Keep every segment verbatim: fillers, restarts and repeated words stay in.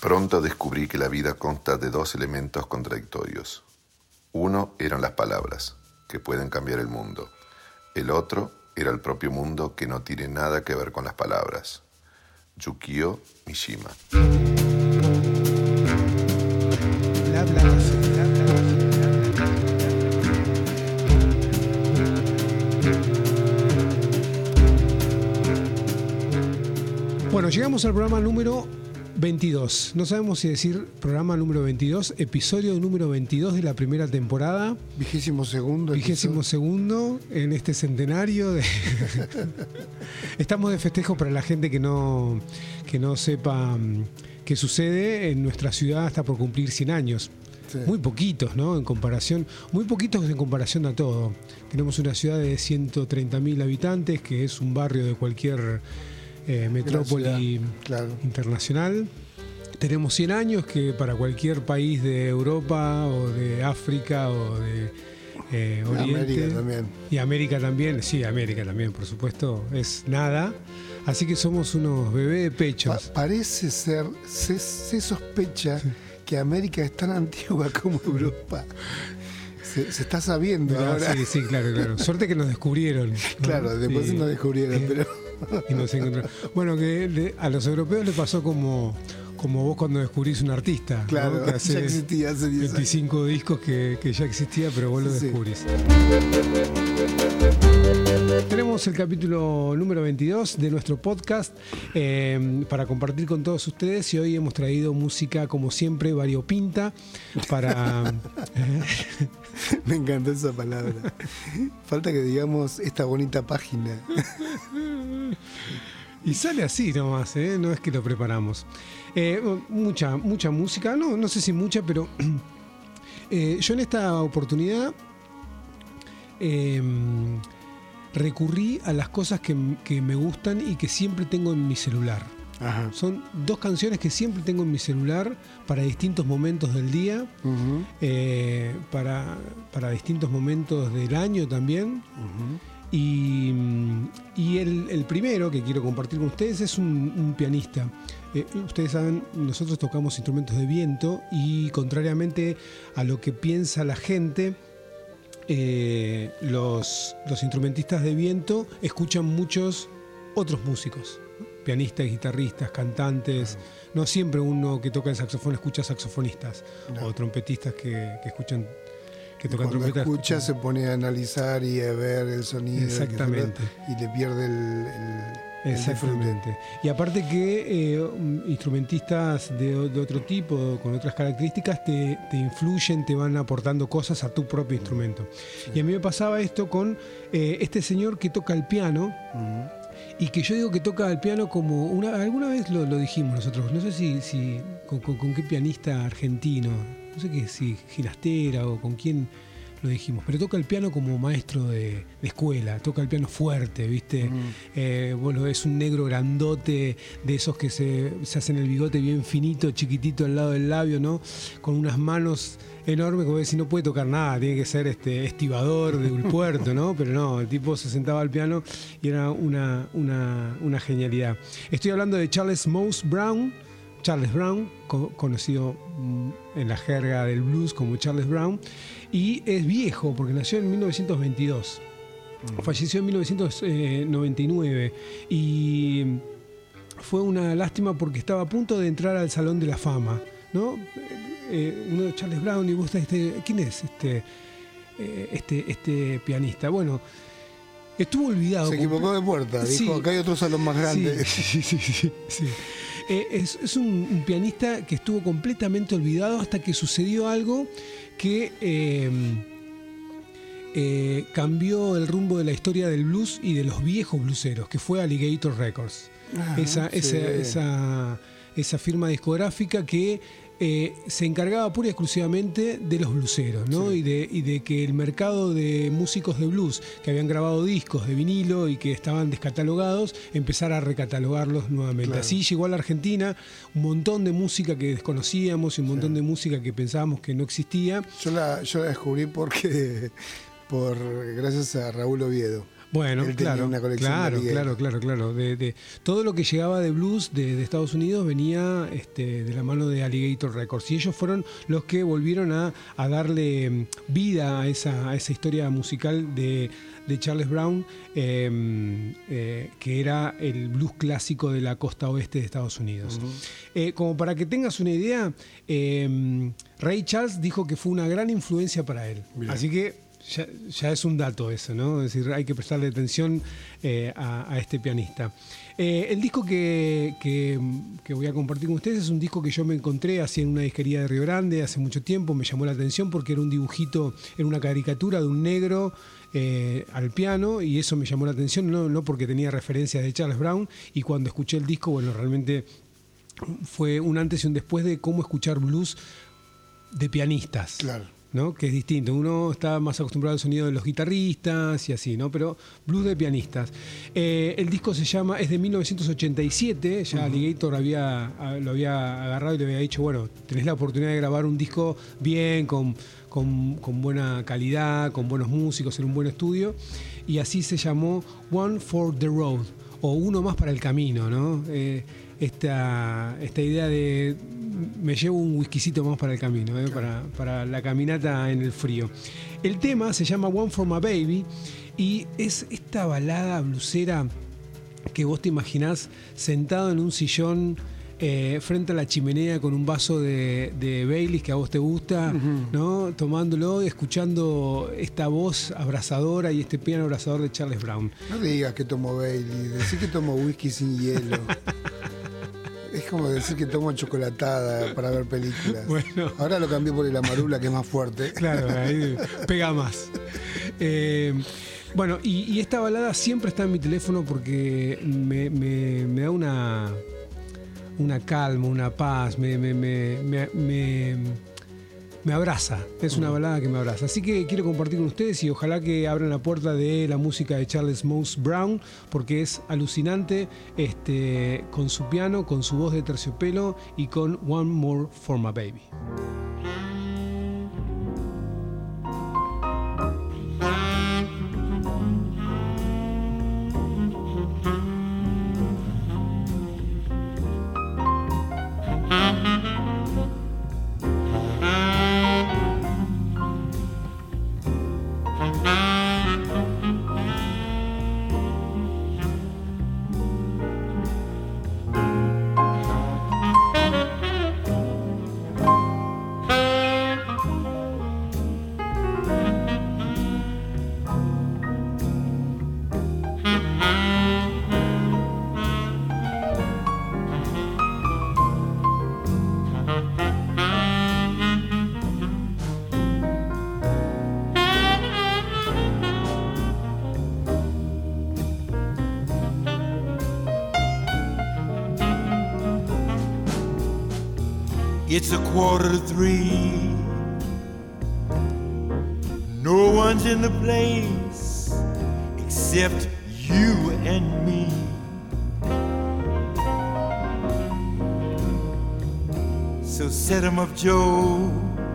Pronto descubrí que la vida consta de dos elementos contradictorios. Uno eran las palabras, que pueden cambiar el mundo. El otro era el propio mundo, que no tiene nada que ver con las palabras. Yukio Mishima. Bla, bla, bla, bla, bla. Bueno, llegamos al programa número veintidós. No sabemos si decir programa número veintidós, episodio número veintidós de la primera temporada. Vigésimo segundo. Vigésimo segundo en este centenario. De... Estamos de festejo para la gente que no, que no sepa qué sucede. En nuestra ciudad está por cumplir cien años. Sí. Muy poquitos, ¿no? En comparación, muy poquitos en comparación a todo. Tenemos una ciudad de ciento treinta mil habitantes, que es un barrio de cualquier Eh, metrópoli claro. internacional. Tenemos cien años, que para cualquier país de Europa o de África o de eh, Oriente. América también. Y América también, sí, América también, por supuesto, es nada. Así que somos unos bebés de pechos. Pa- parece ser, se, se sospecha sí. que América es tan antigua como Europa. Se, se está sabiendo Mirá, ahora. Sí, sí, claro, claro. Suerte que nos descubrieron, ¿no? Claro, después sí. nos descubrieron, eh, pero... Y nos encontraron. Bueno, que le, a los europeos les pasó como, como vos cuando descubrís un artista. Claro, ¿no? Que hace ya existía hace diez veinticinco años. Discos que, que ya existía, pero vos lo sí. descubrís. Tenemos el capítulo número veintidós de nuestro podcast eh, para compartir con todos ustedes, y hoy hemos traído música, como siempre, variopinta para... Me encantó esa palabra. Falta que digamos esta bonita página. Y sale así nomás, ¿eh? No es que lo preparamos. Eh, mucha, mucha música, no, no sé si mucha, pero eh, yo en esta oportunidad eh, recurrí a las cosas que, que me gustan y que siempre tengo en mi celular. Ajá. Son dos canciones que siempre tengo en mi celular para distintos momentos del día, uh-huh. eh, para, para distintos momentos del año también. Uh-huh. Y, y el, el primero que quiero compartir con ustedes es un, un pianista. Eh, ustedes saben, nosotros tocamos instrumentos de viento y, contrariamente a lo que piensa la gente, eh, los, los instrumentistas de viento escuchan muchos otros músicos. Pianistas, guitarristas, cantantes. No siempre uno que toca el saxofón escucha saxofonistas, no. O trompetistas que, que escuchan, que tocan Cuando trompetas. Escucha, escuchan... se pone a analizar y a ver el sonido. Exactamente. Y le pierde el, el, Exactamente. El y aparte que eh, instrumentistas de, de otro tipo, con otras características, te, te influyen, te van aportando cosas a tu propio instrumento. Sí. Y a mí me pasaba esto con eh, este señor que toca el piano. Uh-huh. Y que yo digo que toca el piano como una, alguna vez lo, lo dijimos nosotros, no sé si, si con, con, con qué pianista argentino, no sé qué, si Ginastera o con quién lo dijimos, pero toca el piano como maestro de, de escuela, toca el piano fuerte, ¿viste? Mm. Eh, bueno, es un negro grandote, de esos que se, se hacen el bigote bien finito, chiquitito al lado del labio, ¿no? Con unas manos enorme, como si no puede tocar nada, tiene que ser este estibador de un puerto, ¿no? Pero no, el tipo se sentaba al piano y era una, una, una genialidad. Estoy hablando de Charles Mouse Brown, Charles Brown, co- conocido en la jerga del blues como Charles Brown, y es viejo porque nació en mil novecientos veintidós, mm. falleció en mil novecientos noventa y nueve y fue una lástima porque estaba a punto de entrar al Salón de la Fama, ¿no? Eh, uno de Charles Brown y vos este, ¿quién es este, eh, este, este pianista? Bueno, estuvo olvidado. Se equivocó de puerta, dijo, sí, acá hay otro salón más grande. Sí, sí, sí, sí, sí. Eh, es es un, un pianista que estuvo completamente olvidado hasta que sucedió algo que eh, eh, cambió el rumbo de la historia del blues y de los viejos blueseros, que fue Alligator Records. Ah, esa, sí. esa, esa, esa firma discográfica que eh, se encargaba pura y exclusivamente de los blueseros, ¿no? Sí. Y, de, y de que el mercado de músicos de blues que habían grabado discos de vinilo y que estaban descatalogados, empezara a recatalogarlos nuevamente. Claro. Así llegó a la Argentina un montón de música que desconocíamos y un montón sí. de música que pensábamos que no existía. Yo la, yo la descubrí porque por gracias a Raúl Oviedo. Bueno, Él claro, tenía una colección claro, de claro, claro, claro. De, de, todo lo que llegaba de blues de, de Estados Unidos venía este, de la mano de Alligator Records. Y ellos fueron los que volvieron a, a darle vida a esa, a esa historia musical de, de Charles Brown, eh, eh, que era el blues clásico de la costa oeste de Estados Unidos. Uh-huh. Eh, como para que tengas una idea, eh, Ray Charles dijo que fue una gran influencia para él. Bien. Así que Ya, ya es un dato eso, ¿no? Es decir, hay que prestarle atención eh, a, a este pianista. Eh, el disco que, que, que voy a compartir con ustedes es un disco que yo me encontré así en una disquería de Río Grande hace mucho tiempo. Me llamó la atención porque era un dibujito, era una caricatura de un negro eh, al piano, y eso me llamó la atención, no, no porque tenía referencias de Charles Brown. Y cuando escuché el disco, bueno, realmente fue un antes y un después de cómo escuchar blues de pianistas. Claro. ¿No? Que es distinto, uno está más acostumbrado al sonido de los guitarristas y así, ¿no? Pero blues de pianistas. Eh, el disco se llama, es de mil novecientos ochenta y siete, ya uh-huh. Alligator había, lo había agarrado y le había dicho, bueno, tenés la oportunidad de grabar un disco bien, con, con, con buena calidad, con buenos músicos, en un buen estudio, y así se llamó One for the Road, o Uno más para el camino, ¿no? Eh, esta, esta idea de me llevo un whiskycito más para el camino, ¿eh? para, para la caminata en el frío. El tema se llama One for My Baby y es esta balada blusera que vos te imaginás sentado en un sillón eh, frente a la chimenea con un vaso de, de Baileys que a vos te gusta, uh-huh. ¿no? Tomándolo y escuchando esta voz abrazadora y este piano abrazador de Charles Brown. No digas que tomo Baileys, decí que tomo whisky sin hielo. Es como decir que tomo chocolatada para ver películas. Bueno. Ahora lo cambié por el Amarula, que es más fuerte. Claro, ahí pega más. Eh, bueno, y, y esta balada siempre está en mi teléfono porque me, me, me da una, una calma, una paz, me, me, me, me, me, me abraza. Es una balada que me abraza. Así que quiero compartir con ustedes y ojalá que abran la puerta de la música de Charles Mouse Brown, porque es alucinante este, con su piano, con su voz de terciopelo y con One More for My Baby. It's a quarter to three. No one's in the place except you and me. So set 'em up, Joe.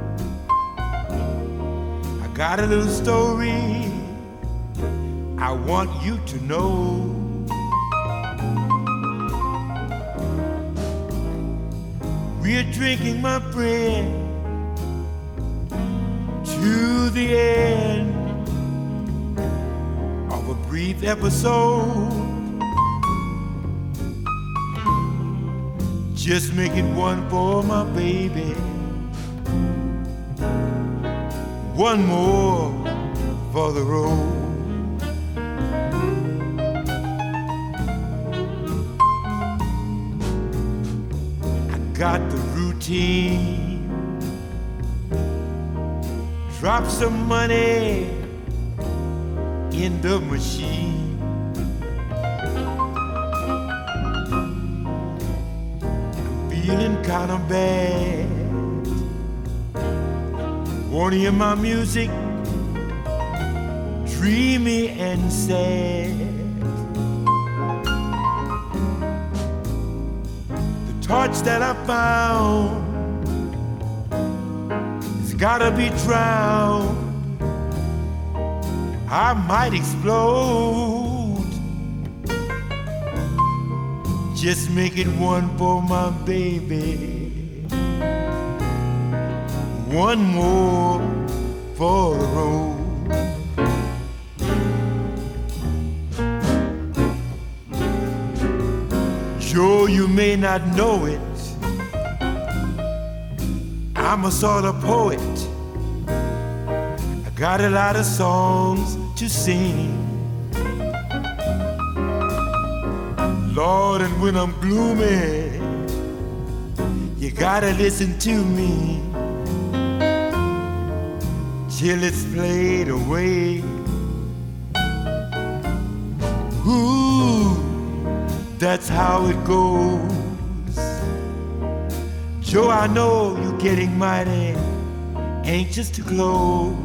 I got a little story I want you to know. We're drinking, my friend, to the end of a brief episode. Just make it one for my baby, one more for the road. Got the routine. Drop some money in the machine. I'm feeling kinda bad. Wanna hear my music, dreamy and sad. Torch that I found has gotta be drowned I might explode. Just make it one for my baby, one more for the road. Sure, you may not know it, I'm a sort of poet. I got a lot of songs to sing. Lord, and when I'm gloomy, you gotta listen to me till it's played away. Ooh, that's how it goes. Joe, I know you're getting mighty anxious to close.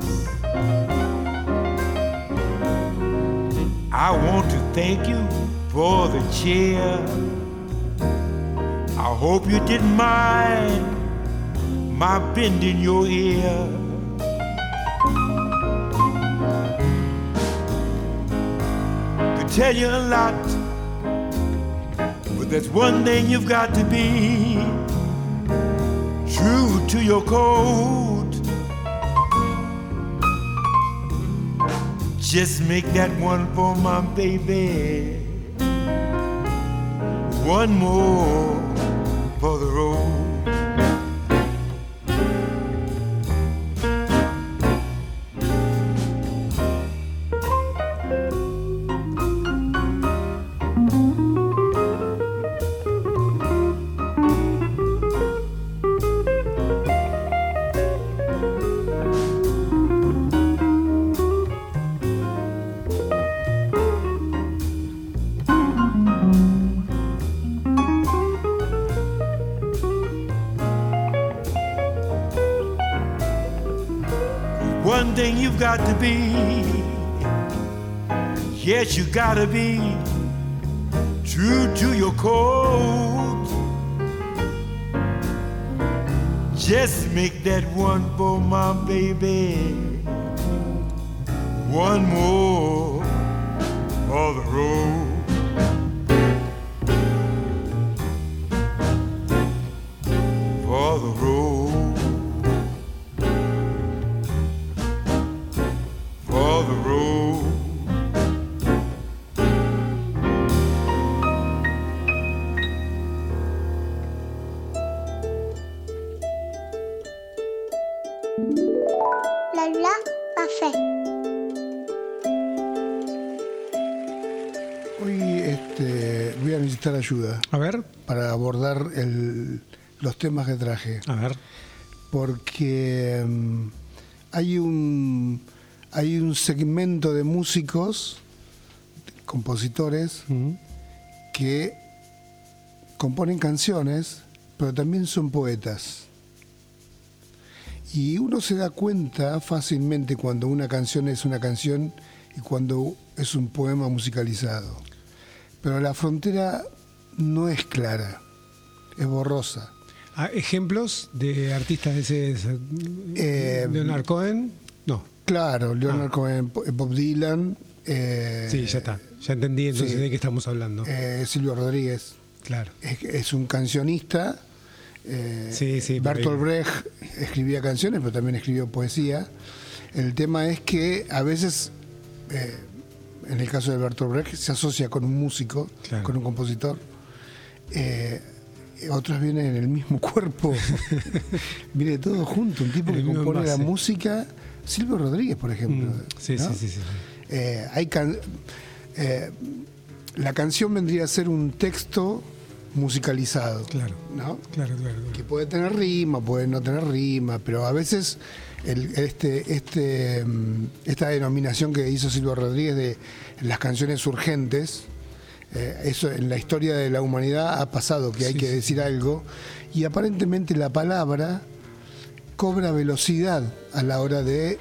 I want to thank you for the cheer. I hope you didn't mind my bending your ear. Could tell you a lot, but there's one thing you've got to be true to your code. Just make that one for my baby, one more for the road. One thing you've got to be, yes, you gotta be true to your code. Just make that one for my baby, one more for the road. For the road. Ayuda. A ver. Para abordar el, los temas que traje. A ver. Porque um, hay un hay un segmento de músicos, compositores, uh-huh. que componen canciones, pero también son poetas. Y uno se da cuenta fácilmente cuando una canción es una canción y cuando es un poema musicalizado. Pero la frontera no es clara, es borrosa. Ah, ¿ejemplos de artistas de ese? Eh, ¿Leonard Cohen? No. Claro, Leonard ah. Cohen, Bob Dylan. Eh, sí, ya está. Ya entendí entonces sí. de qué estamos hablando. Eh, Silvio Rodríguez. Claro. Es, es un cancionista. Eh, sí, sí, Bertolt Brecht escribía canciones, pero también escribió poesía. El tema es que a veces... Eh, en el caso de Bertolt Brecht, se asocia con un músico, claro. con un compositor. Eh, otros vienen en el mismo cuerpo. Viene todo junto. Un tipo que compone la música. Silvio Rodríguez, por ejemplo. Mm, sí, ¿no? sí, sí, sí. Eh, hay can- eh, la canción vendría a ser un texto musicalizado. Claro, ¿no? claro, claro, claro. Que puede tener rima, puede no tener rima, pero a veces... El, este, este, esta denominación que hizo Silvio Rodríguez de las canciones urgentes, eh, eso en la historia de la humanidad ha pasado, que hay sí, que decir sí. algo, y aparentemente la palabra cobra velocidad a la hora de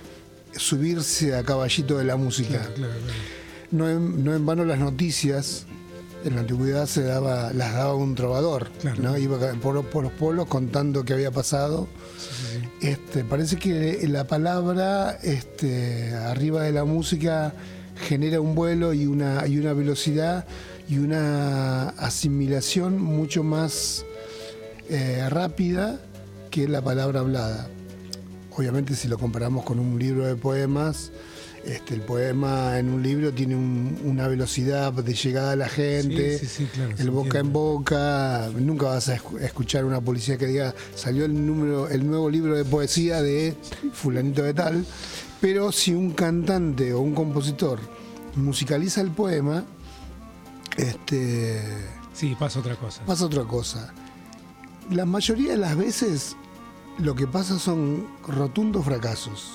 subirse a caballito de la música. Claro, claro, claro. No, en, no en vano las noticias en la antigüedad se daba, las daba un trovador, claro. ¿no? Iba por, por los pueblos contando qué había pasado. Sí, sí, sí. Este, parece que la palabra este, arriba de la música genera un vuelo y una, y una velocidad y una asimilación mucho más eh, rápida que la palabra hablada. Obviamente, si lo comparamos con un libro de poemas, Este, el poema en un libro tiene un, una velocidad de llegada a la gente, sí, sí, sí, claro, el boca entiende. En boca. Nunca vas a escuchar una policía que diga salió el número, el nuevo libro de poesía de fulanito de tal. Pero si un cantante o un compositor musicaliza el poema, este, sí, pasa otra cosa. Pasa otra cosa. La mayoría de las veces lo que pasa son rotundos fracasos.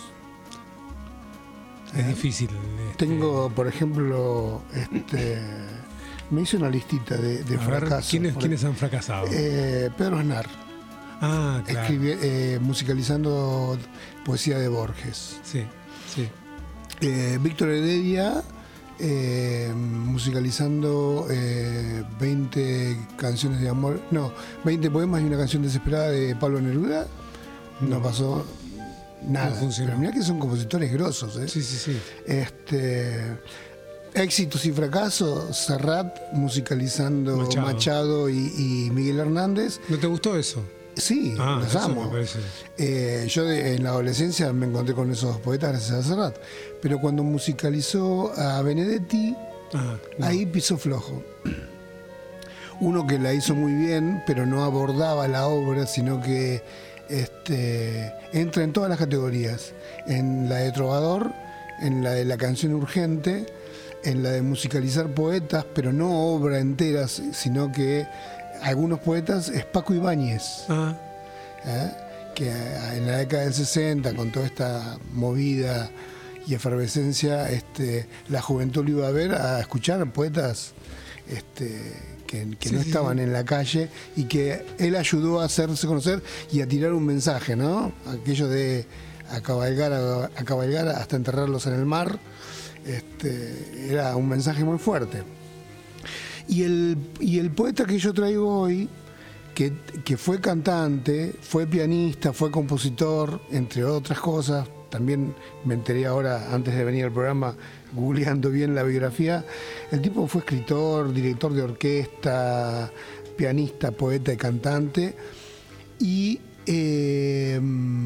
Es difícil. Este... Tengo, por ejemplo, este, me hice una listita de, de fracasos. ¿Quiénes, ¿Quiénes han fracasado? Eh, Pedro Aznar. Ah, claro. Escribí, eh, musicalizando poesía de Borges. Sí, sí. Eh, Víctor Heredia, eh, musicalizando eh, veinte canciones de amor. No, veinte poemas y una canción desesperada de Pablo Neruda. No, no pasó nada. No pero mirá que son compositores grosos, ¿eh? Sí, sí, sí. Este, éxitos y fracasos, Serrat musicalizando Machado, Machado y, y Miguel Hernández. ¿No te gustó eso? Sí, ah, los amo. Eh, yo de, en la adolescencia me encontré con esos dos poetas gracias a Serrat. Pero cuando musicalizó a Benedetti, ah, no. ahí pisó flojo. Uno que la hizo muy bien, pero no abordaba la obra, sino que Este, entra en todas las categorías, en la de trovador, en la de la canción urgente, en la de musicalizar poetas, pero no obras enteras, sino que algunos poetas es Paco Ibáñez, ah. ¿eh? que en la década del sesenta, con toda esta movida y efervescencia, este, la juventud lo iba a ver, a escuchar poetas este, que, que sí, no estaban sí. en la calle, y que él ayudó a hacerse conocer y a tirar un mensaje, ¿no? Aquello de a cabalgar, a, a cabalgar hasta enterrarlos en el mar, este, era un mensaje muy fuerte. Y el, y el poeta que yo traigo hoy, que, que fue cantante, fue pianista, fue compositor, entre otras cosas, también me enteré ahora, antes de venir al programa, googleando bien la biografía. El tipo fue escritor, director de orquesta, pianista, poeta y cantante. Y eh,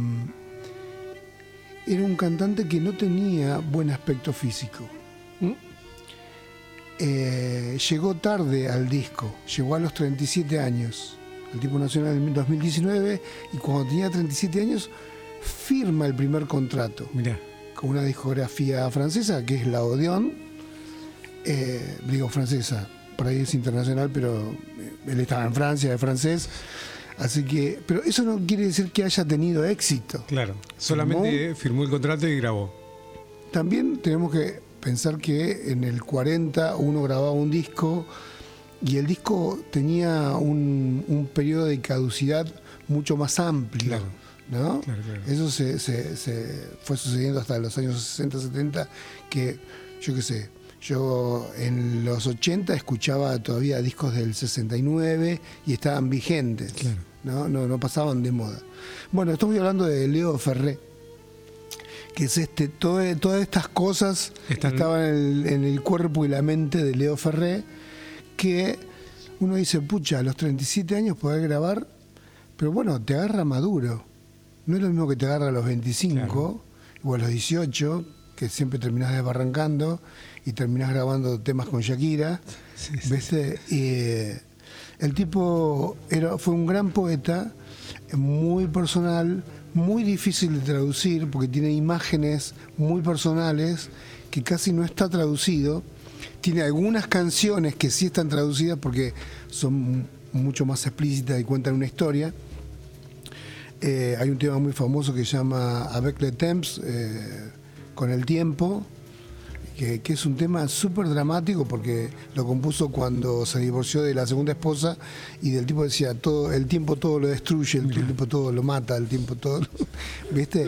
era un cantante que no tenía buen aspecto físico. ¿Mm? Eh, llegó tarde al disco, llegó a los treinta y siete años. El tipo nació en el dos mil diecinueve y cuando tenía treinta y siete años firma el primer contrato. Mirá. Con una discografía francesa que es la Odeon, eh, digo francesa, por ahí es internacional, pero él estaba en Francia, es francés, así que, pero eso no quiere decir que haya tenido éxito. Claro, solamente firmó, firmó el contrato y grabó. También tenemos que pensar que en el cuarenta uno grababa un disco y el disco tenía un, un periodo de caducidad mucho más amplio. Claro. ¿No? Claro, claro. Eso se, se, se fue sucediendo hasta los años sesenta, setenta, que yo qué sé, yo en los ochenta escuchaba todavía discos del sesenta y nueve y estaban vigentes, claro. ¿no? No, no pasaban de moda. Bueno, estoy hablando de Leo Ferré, que es este, todo, todas estas cosas Están... estaban en el, en el cuerpo y la mente de Leo Ferré, que uno dice, pucha, a los treinta y siete años poder grabar, pero bueno, te agarra maduro. No es lo mismo que te agarra a los veinticinco, claro, o a los dieciocho, que siempre terminás desbarrancando y terminás grabando temas con Shakira. Sí, sí, ¿viste? Sí. Y el tipo era, fue un gran poeta, muy personal, muy difícil de traducir, porque tiene imágenes muy personales que casi no está traducido. Tiene algunas canciones que sí están traducidas porque son mucho más explícitas y cuentan una historia. Eh, hay un tema muy famoso que se llama Avec le temps, eh, con el tiempo, que, que es un tema súper dramático porque lo compuso cuando se divorció de la segunda esposa y del tipo decía, todo el tiempo todo lo destruye, el tiempo todo lo mata, el tiempo todo lo, ¿viste?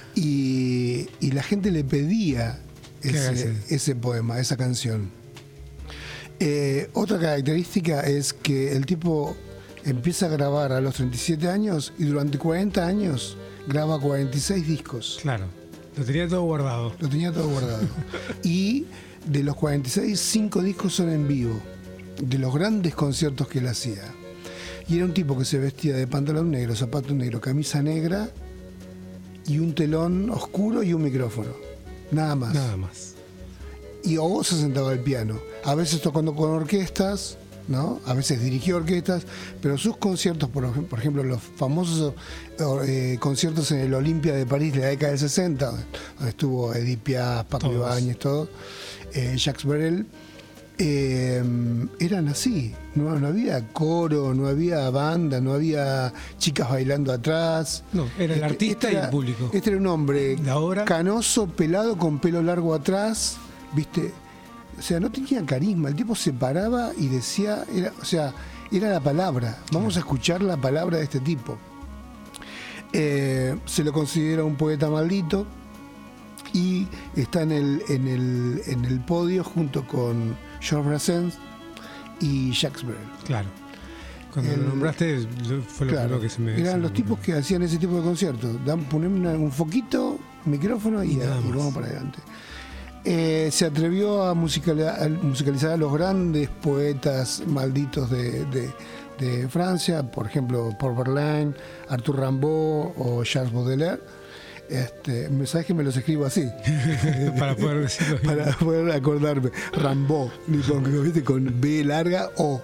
Y, y la gente le pedía ese, ese poema, esa canción. Eh, otra característica es que el tipo empieza a grabar a los treinta y siete años y durante cuarenta años graba cuarenta y seis discos. Claro, lo tenía todo guardado. Lo tenía todo guardado. Y de los cuarenta y seis, cinco discos son en vivo, de los grandes conciertos que él hacía. Y era un tipo que se vestía de pantalón negro, zapato negro, camisa negra y un telón oscuro y un micrófono. Nada más. Nada más. Y o se sentaba al piano. A veces tocando con orquestas, ¿no? A veces dirigió orquestas, pero sus conciertos, por, por ejemplo, los famosos eh, conciertos en el Olympia de París de la década del sesenta, donde estuvo Edith Piaf, Paco Ibáñez, todo, eh, Jacques Brel, eh, eran así. No, no había coro, no había banda, no había chicas bailando atrás. No, era el artista este, este y el público. Este era un hombre canoso, pelado, con pelo largo atrás, ¿viste? O sea, no tenía carisma, el tipo se paraba y decía, era, o sea, era la palabra, vamos a escuchar la palabra de este tipo. Eh, se lo considera un poeta maldito y está en el, en el, en el podio junto con Georges Brassens y Jacques Brel. Claro. Cuando el, lo nombraste fue lo claro, primero que se me... Eran se los me tipos que hacían ese tipo de conciertos, dan, ponen una, un foquito, micrófono y, y, a, y vamos para adelante. Eh, se atrevió a musicalizar, a musicalizar a los grandes poetas malditos de, de, de Francia, por ejemplo Paul Verlaine, Arthur Rimbaud o Charles Baudelaire. Este, ¿sabes que me los escribo así? Para poder decirlo bien. Para poder acordarme. Rimbaud, ¿viste? Con B larga O.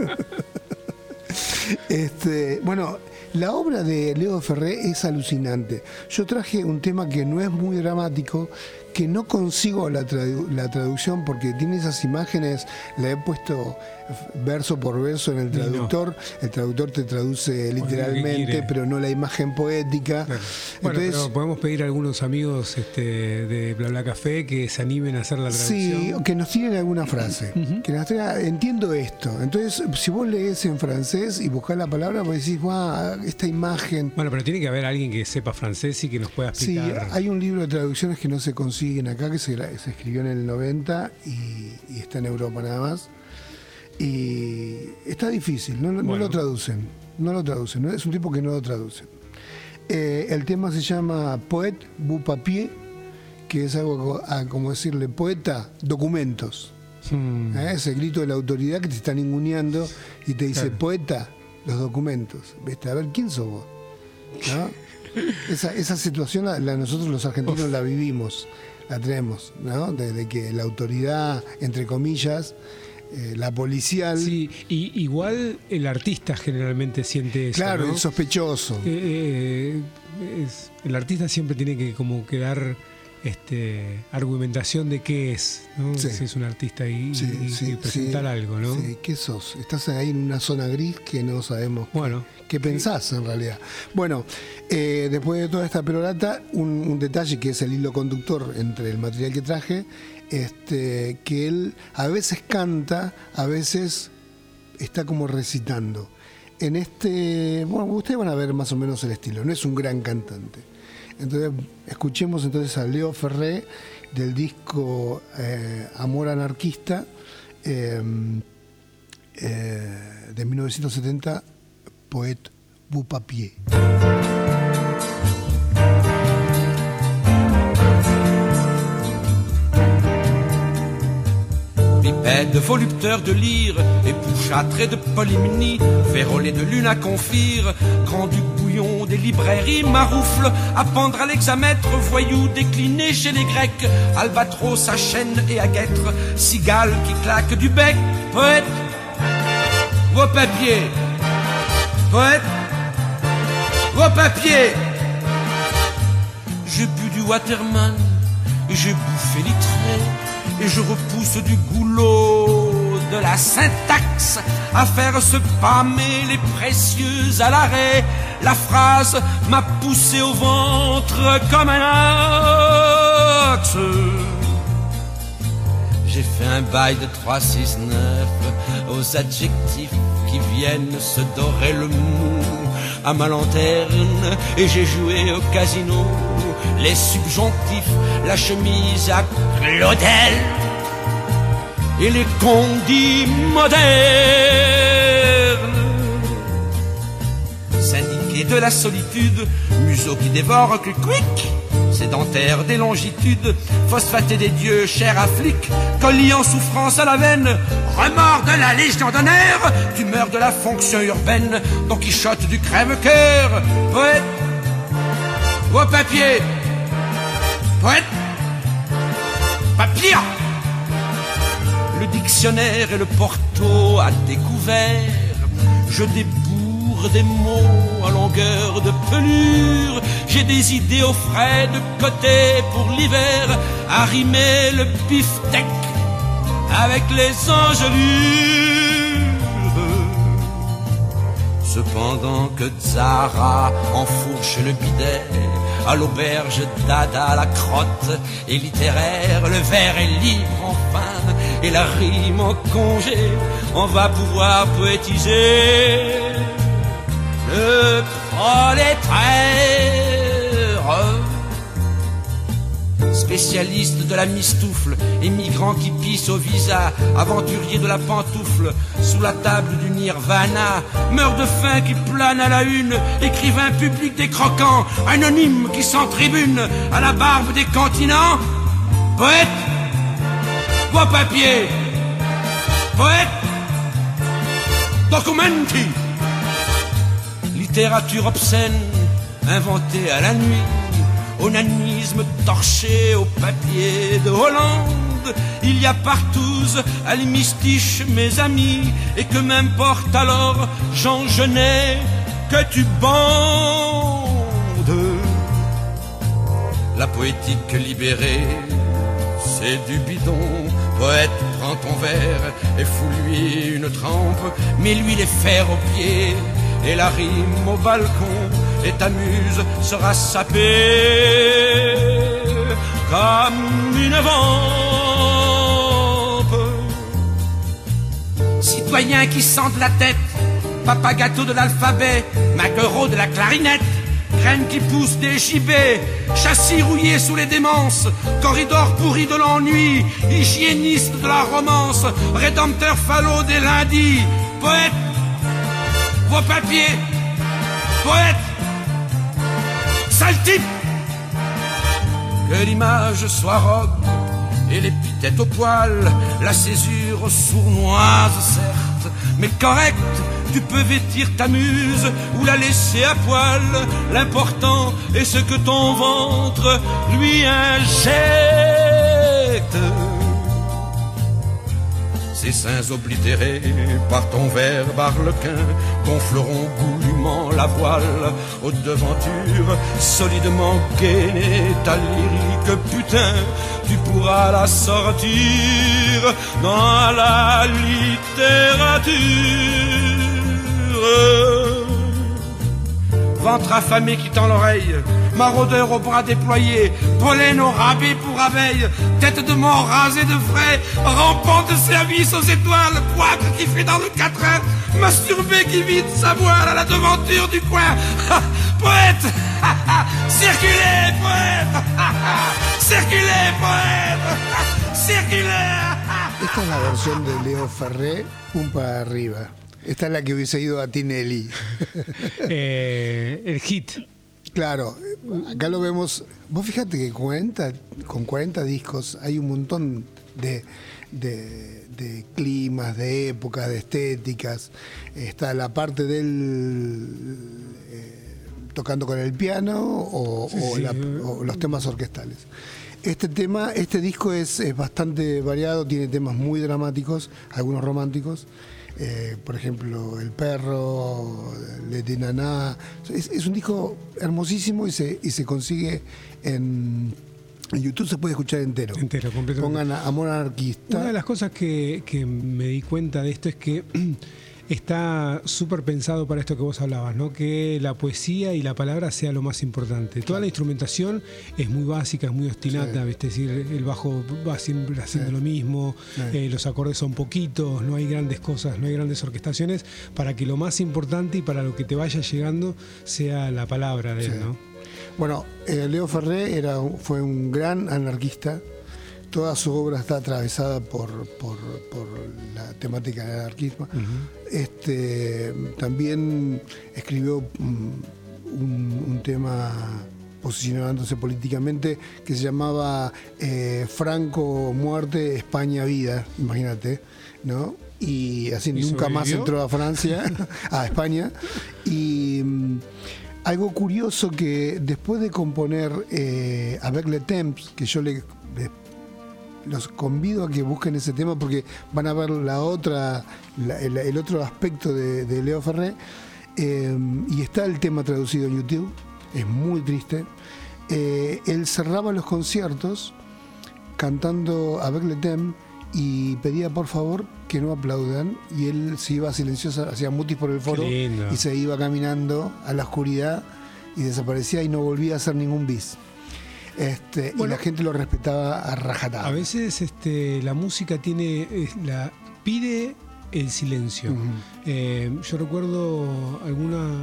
Este, bueno, la obra de Leo Ferré es alucinante. Yo traje un tema que no es muy dramático, que no consigo la, tradu- la traducción porque tiene esas imágenes, la he puesto verso por verso en el traductor, no. El traductor te traduce literalmente, pero no la imagen poética. Claro. Bueno, entonces, pero podemos pedir a algunos amigos este, de Bla Bla Café que se animen a hacer la traducción. Sí, que nos tiren alguna frase, uh-huh. que nos traiga, entiendo esto. Entonces, si vos lees en francés y buscás la palabra, vos decís, wow, esta imagen. Bueno, pero tiene que haber alguien que sepa francés y que nos pueda explicar. Sí, hay un libro de traducciones que no se consiguen acá, que se, se escribió en el noventa y, y está en Europa nada más. Y está difícil, no, no bueno. lo traducen, no lo traducen, ¿no? Es un tipo que no lo traducen. Eh, el tema se llama Poète bout papier, que es algo a, como decirle, poeta, documentos. Hmm. ¿Eh? Ese grito de la autoridad que te está ninguneando y te dice, claro. Poeta, los documentos. ¿Viste? A ver, ¿quién sos vos? ¿No? Esa, esa situación la, la, nosotros los argentinos Uf. la vivimos, la tenemos, ¿no? Desde que la autoridad, entre comillas, eh, la policial. Sí, y igual el artista generalmente siente eso. Claro, ¿no? El sospechoso. Eh, eh, es, el artista siempre tiene que como que dar este, argumentación de qué es, ¿no? Sí. Si es un artista y, sí, y, sí, y presentar sí, algo, ¿no? Sí, ¿qué sos? Estás ahí en una zona gris que no sabemos bueno, qué, qué pensás en realidad. Bueno, eh, después de toda esta perorata, un, un detalle que es el hilo conductor entre el material que traje, este, que él a veces canta, a veces está como recitando. En este, bueno, ustedes van a ver más o menos el estilo, no es un gran cantante. Entonces, escuchemos entonces a Leo Ferré del disco eh, Amor Anarquista eh, eh, de mil novecientos setenta, Poète bout papier. Bipède, volupteur de lyre, épouchâtré de polymnie, vérolé de lune à confire, grand du bouillon des librairies, maroufle, à pendre à l'hexamètre, voyou décliné chez les Grecs, albatros à chaîne et à guêtre, cigale qui claque du bec, poète, au papier, poète, au papier. J'ai bu du Waterman, et j'ai bouffé litré, et je repousse du goulot de la syntaxe à faire se pâmer les précieux à l'arrêt. La phrase m'a poussé au ventre comme un axe. J'ai fait un bail de trois six neuf aux adjectifs qui viennent se dorer le mou à ma lanterne, et j'ai joué au casino les subjonctifs, la chemise à Claudel. et les condits modernes. Syndiqués de la solitude, museaux qui dévorent que quick, sédentaire des longitudes, phosphaté des dieux, chair à flic, colis en souffrance à la veine, remords de la Légion d'honneur, tumeur de la fonction urbaine, Don Quichotte du crève-cœur, poète, au papier, poète, papier. Le dictionnaire et le porto à découvert, je débourre des mots à longueur de pelure. J'ai des idées au frais de côté pour l'hiver, à rimer le beefsteak avec les engelures. Cependant que Zara enfourche le bidet, à l'auberge dada la crotte est littéraire, le verre est libre enfin, et la rime en congé, on va pouvoir poétiser le prolétaire. Spécialiste de la mistoufle, émigrant qui pisse au visa, aventurier de la pantoufle, sous la table du nirvana, meurt de faim qui plane à la une, écrivain public des croquants, anonyme qui s'entribune à la barbe des continents, poète, beau papier, poète, documenti, littérature obscène, inventée à la nuit, onanisme torché au papier de Hollande. Il y a partout à l'hémistiche mes amis, et que m'importe alors, Jean Genet, que tu bandes. La poétique libérée, c'est du bidon. Poète, prends ton verre et fous-lui une trempe, mets-lui les fers aux pieds et la rime au balcon, et ta muse sera sapée comme une vampe. Citoyen qui sent de la tête, papa gâteau de l'alphabet, maquereau de la clarinette, graine qui pousse des gibets, châssis rouillé sous les démences, corridor pourri de l'ennui, hygiéniste de la romance, rédempteur falot des lundis, poète, vos papiers, poète, sale type. Que l'image soit robe et l'épithète au poil, la césure sournoise certes, mais correcte. Tu peux vêtir ta muse ou la laisser à poil. L'important est ce que ton ventre lui injecte. Ces seins oblitérés par ton verbe arlequin gonfleront goulûment la voile aux devantures, solidement gainé ta lyrique putain. Tu pourras la sortir dans la littérature. Ventre affamé qui tend l'oreille, maraudeur aux bras déployés, pollen au rabais pour abeille, tête de mort rasée de frais, rampant de service aux étoiles, poivre qui fait dans le quatrain, masturbé qui vide sa voile à la devanture du coin. Poète, circulez, poète, circulez, poète, circulez. Esta es la versión de Leo Ferré, un para arriba. Esta es la que hubiese ido a Tinelli. eh, el hit. Claro, acá lo vemos. Vos fíjate que cuarenta, con cuarenta discos hay un montón de, de, de climas, de épocas, de estéticas. Está la parte del eh, tocando con el piano o, sí, o, sí. La, o los temas orquestales. Este tema, este disco es, es bastante variado, tiene temas muy dramáticos, algunos románticos. Eh, por ejemplo, El Perro, Le Tinaná. Es, es un disco hermosísimo y se, y se consigue en, en YouTube, se puede escuchar entero. Entero, completamente. Pongan Amor Anarquista. Una de las cosas que, que me di cuenta de esto es que está súper pensado para esto que vos hablabas, ¿no? Que la poesía y la palabra sea lo más importante. Toda la instrumentación es muy básica, es muy obstinata, sí. ¿Viste? Es decir, el bajo va siempre haciendo sí. lo mismo, sí. eh, los acordes son poquitos, no hay grandes cosas, no hay grandes orquestaciones, para que lo más importante y para lo que te vaya llegando sea la palabra de sí. él, ¿no? Bueno, eh, Leo Ferré era, fue un gran anarquista. toda su obra está atravesada por, por, por la temática del anarquismo. Uh-huh. Este, también escribió um, un, un tema posicionándose políticamente que se llamaba eh, Franco muerte, España vida, imagínate, ¿no? Y así ¿Y nunca sobrevivió? Más entró a Francia, a España. Y um, algo curioso que después de componer eh, Avec le Temps, que yo le, le los convido a que busquen ese tema porque van a ver la otra, la, el, el otro aspecto de, de Leo Ferré, eh, y está el tema traducido en YouTube, es muy triste. Eh, él cerraba los conciertos cantando Avec le Temps y pedía por favor que no aplaudan, y él se iba silencioso, hacía mutis por el foro y se iba caminando a la oscuridad y desaparecía y no volvía a hacer ningún bis. Este, bueno, y la gente lo respetaba a rajatabla. A veces este, la música tiene la pide el silencio. Uh-huh. Eh, yo recuerdo algunas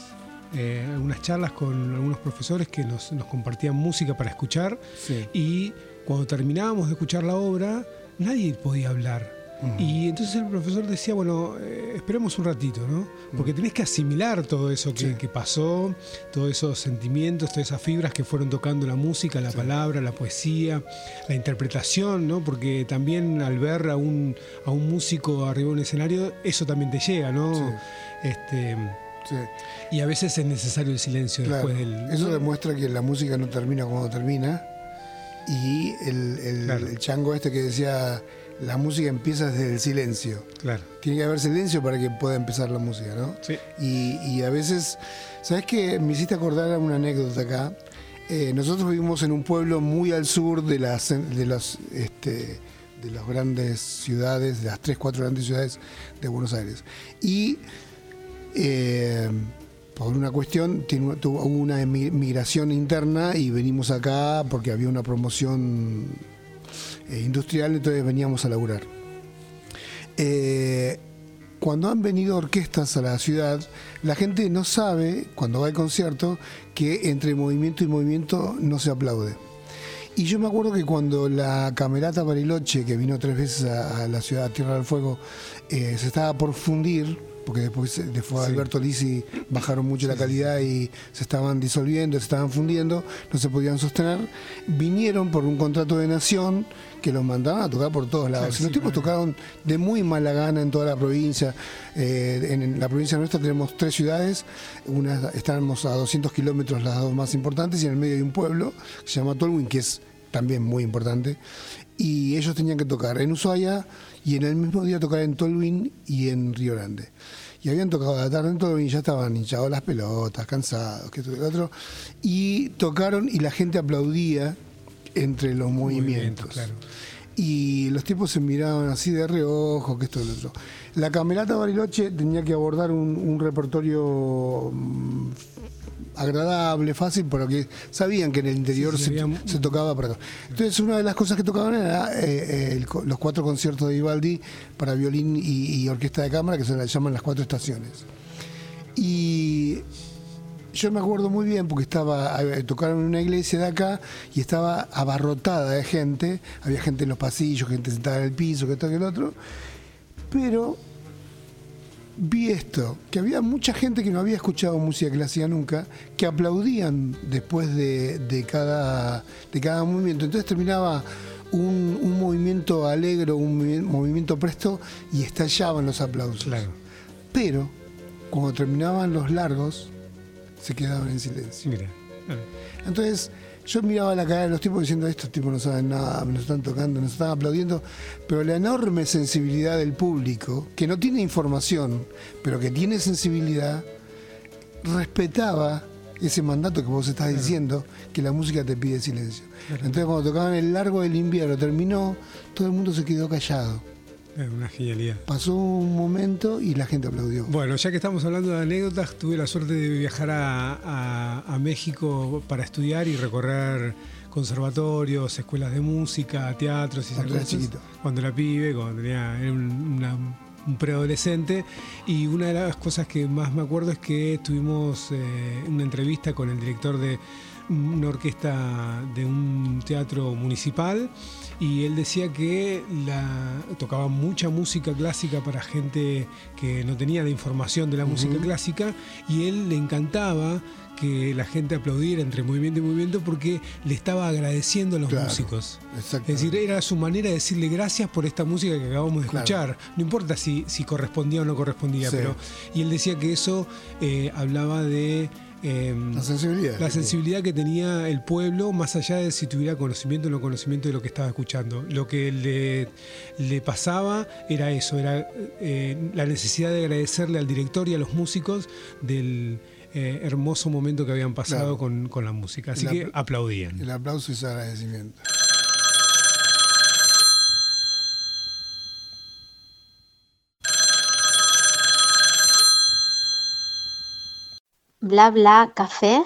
eh, algunas charlas con algunos profesores que nos, nos compartían música para escuchar, sí. Y cuando terminábamos de escuchar la obra nadie podía hablar. Uh-huh. Y entonces el profesor decía, bueno, eh, esperemos un ratito, ¿no? Porque uh-huh. tenés que asimilar todo eso que, sí. que pasó, todos esos sentimientos, todas esas fibras que fueron tocando la música, la sí. palabra, la poesía, la interpretación, ¿no? Porque también al ver a un, a un músico arriba de un escenario, eso también te llega, ¿no? Sí. Este, sí. Y a veces es necesario el silencio, claro, después del... Eso demuestra que la música no termina cuando termina. Y el, el, claro. el chango este que decía... La música empieza desde el silencio. Claro. Tiene que haber silencio para que pueda empezar la música, ¿no? Sí. Y, y a veces, ¿sabes qué? Me hiciste acordar a una anécdota acá. Eh, nosotros vivimos en un pueblo muy al sur de las, de las, este, de las grandes ciudades, de las tres, cuatro grandes ciudades de Buenos Aires. Y eh, por una cuestión, tuvo una migración interna y venimos acá porque había una promoción industrial, entonces veníamos a laburar. Eh, cuando han venido orquestas a la ciudad, la gente no sabe, cuando va al concierto, que entre movimiento y movimiento no se aplaude. Y yo me acuerdo que cuando la Camerata Bariloche, que vino tres veces a, a la ciudad de Tierra del Fuego, eh, se estaba por fundir, porque después, después de Alberto Lisi bajaron mucho la calidad y se estaban disolviendo, se estaban fundiendo, no se podían sostener, vinieron por un contrato de nación que los mandaban a tocar por todos lados. Sí, los sí, tipos claro. tocaron de muy mala gana en toda la provincia. Eh, en la provincia nuestra tenemos tres ciudades, una, estamos a doscientos kilómetros las dos más importantes, y en el medio hay un pueblo que se llama Tolwyn, que es también muy importante, y ellos tenían que tocar en Ushuaia y en el mismo día tocar en Tolwyn y en Río Grande. Y habían tocado a la tarde en Tolwyn y ya estaban hinchados las pelotas, cansados, que esto y lo otro, y tocaron y la gente aplaudía entre los movimientos. Movimiento, claro. Y los tipos se miraban así de reojo, que esto y lo otro. La Camerata Bariloche tenía que abordar un, un repertorio mmm, agradable, fácil, porque sabían que en el interior sí, sí, se, había... se tocaba para acá. Entonces una de las cosas que tocaban era eh, el, los cuatro conciertos de Vivaldi para violín y, y orquesta de cámara, que se las llaman las cuatro estaciones. Y yo me acuerdo muy bien porque estaba tocaron en una iglesia de acá y estaba abarrotada de gente, había gente en los pasillos, gente sentada en el piso, que esto que el otro, pero vi esto, que había mucha gente que no había escuchado música clásica nunca, que aplaudían después de, de, cada, de cada movimiento. Entonces terminaba un, un movimiento alegre, un movimiento presto, y estallaban los aplausos. Claro. Pero cuando terminaban los largos, se quedaban en silencio. Mira. Claro. Entonces yo miraba la cara de los tipos diciendo, estos tipos no saben nada, nos están tocando, nos están aplaudiendo, pero la enorme sensibilidad del público, que no tiene información, pero que tiene sensibilidad, respetaba ese mandato que vos estás diciendo, que la música te pide silencio. Entonces cuando tocaban El Largo del Invierno, terminó, todo el mundo se quedó callado. Es una genialidad. Pasó un momento y la gente aplaudió. Bueno, ya que estamos hablando de anécdotas, tuve la suerte de viajar a, a, a México para estudiar y recorrer conservatorios, escuelas de música, teatros y esas cosas. Chiquito. Cuando era pibe, cuando tenía era un, una, un preadolescente. Y una de las cosas que más me acuerdo es que tuvimos eh, una entrevista con el director de una orquesta de un teatro municipal, y él decía que la, tocaba mucha música clásica para gente que no tenía la información de la uh-huh. música clásica, y él le encantaba que la gente aplaudiera entre movimiento y movimiento porque le estaba agradeciendo a los claro, músicos. Es decir, era su manera de decirle gracias por esta música que acabamos de escuchar. Claro. No importa si, si correspondía o no correspondía, sí. pero y él decía que eso eh, hablaba de eh, la sensibilidad. La sensibilidad que tenía el pueblo, más allá de si tuviera conocimiento o no conocimiento de lo que estaba escuchando. Lo que le, le pasaba era eso, era eh, la necesidad de agradecerle al director y a los músicos del Eh, hermoso momento que habían pasado claro. con, con la música. Así el que aplaudían. El aplauso es agradecimiento. Bla bla café.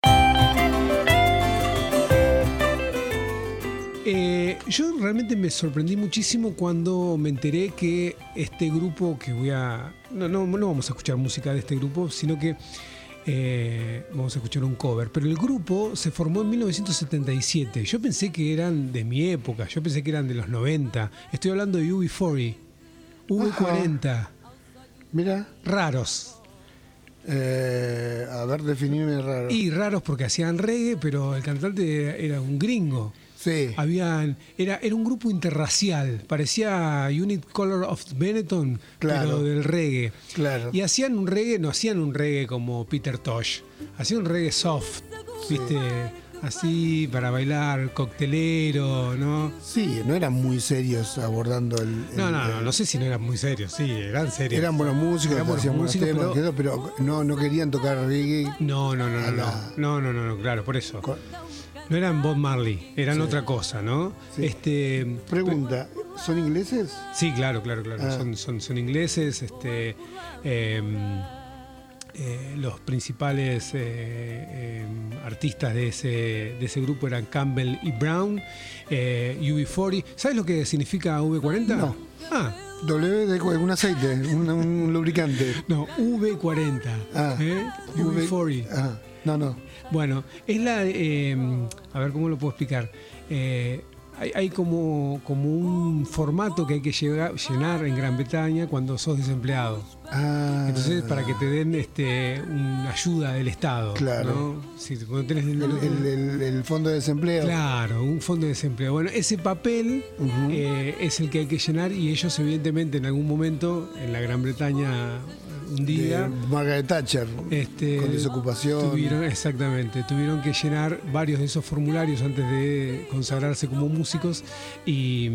Eh, yo realmente me sorprendí muchísimo cuando me enteré que este grupo que voy a... No, no, no vamos a escuchar música de este grupo, sino que Eh, vamos a escuchar un cover, pero el grupo se formó en mil novecientos setenta y siete. Yo pensé que eran de mi época, yo pensé que eran de los noventa. Estoy hablando de U B cuarenta. U B cuarenta. Mira. Raros. Eh, a ver, definirme raro. Y raros porque hacían reggae, pero el cantante era un gringo. Sí. Habían, era, era un grupo interracial, parecía Unit Color of Benetton, claro, pero del reggae. Claro. Y hacían un reggae, no hacían un reggae como Peter Tosh, hacían un reggae soft, sí. ¿viste? Así para bailar, coctelero, ¿no? Sí, no eran muy serios abordando el... el no, no, no, no sé si no eran muy serios, sí, eran serios. Eran buenos músicos, eran buenos músicos, temas, pero, pero no, no querían tocar reggae. No, no, no, no, la... no, no, no, no, claro, por eso. Con... No eran Bob Marley, eran sí. otra cosa, ¿no? Sí. Este, Pregunta, ¿son ingleses? Sí, claro, claro, claro. Ah. Son, son, son ingleses. Este, eh, eh, los principales eh, eh, artistas de ese, de ese grupo eran Campbell y Brown, eh, U B cuarenta. ¿Sabes lo que significa U B cuarenta? No. Ah. W de un aceite, un, un lubricante. No, U B cuarenta. Ah. ¿eh? U B cuarenta. Ah. No, no. Bueno, es la... Eh, a ver, ¿cómo lo puedo explicar? Eh, hay, hay como, como un formato que hay que llegar, llenar en Gran Bretaña cuando sos desempleado. Ah, Entonces, para que te den este, una ayuda del Estado. Claro. ¿no? Si, cuando tenés el, el, el, el, el fondo de desempleo. Claro, un fondo de desempleo. Bueno, ese papel uh-huh. eh, es el que hay que llenar, y ellos, evidentemente, en algún momento, en la Gran Bretaña... Un día, de Margaret Thatcher, este, con desocupación. Tuvieron, exactamente, tuvieron que llenar varios de esos formularios antes de consagrarse como músicos, y,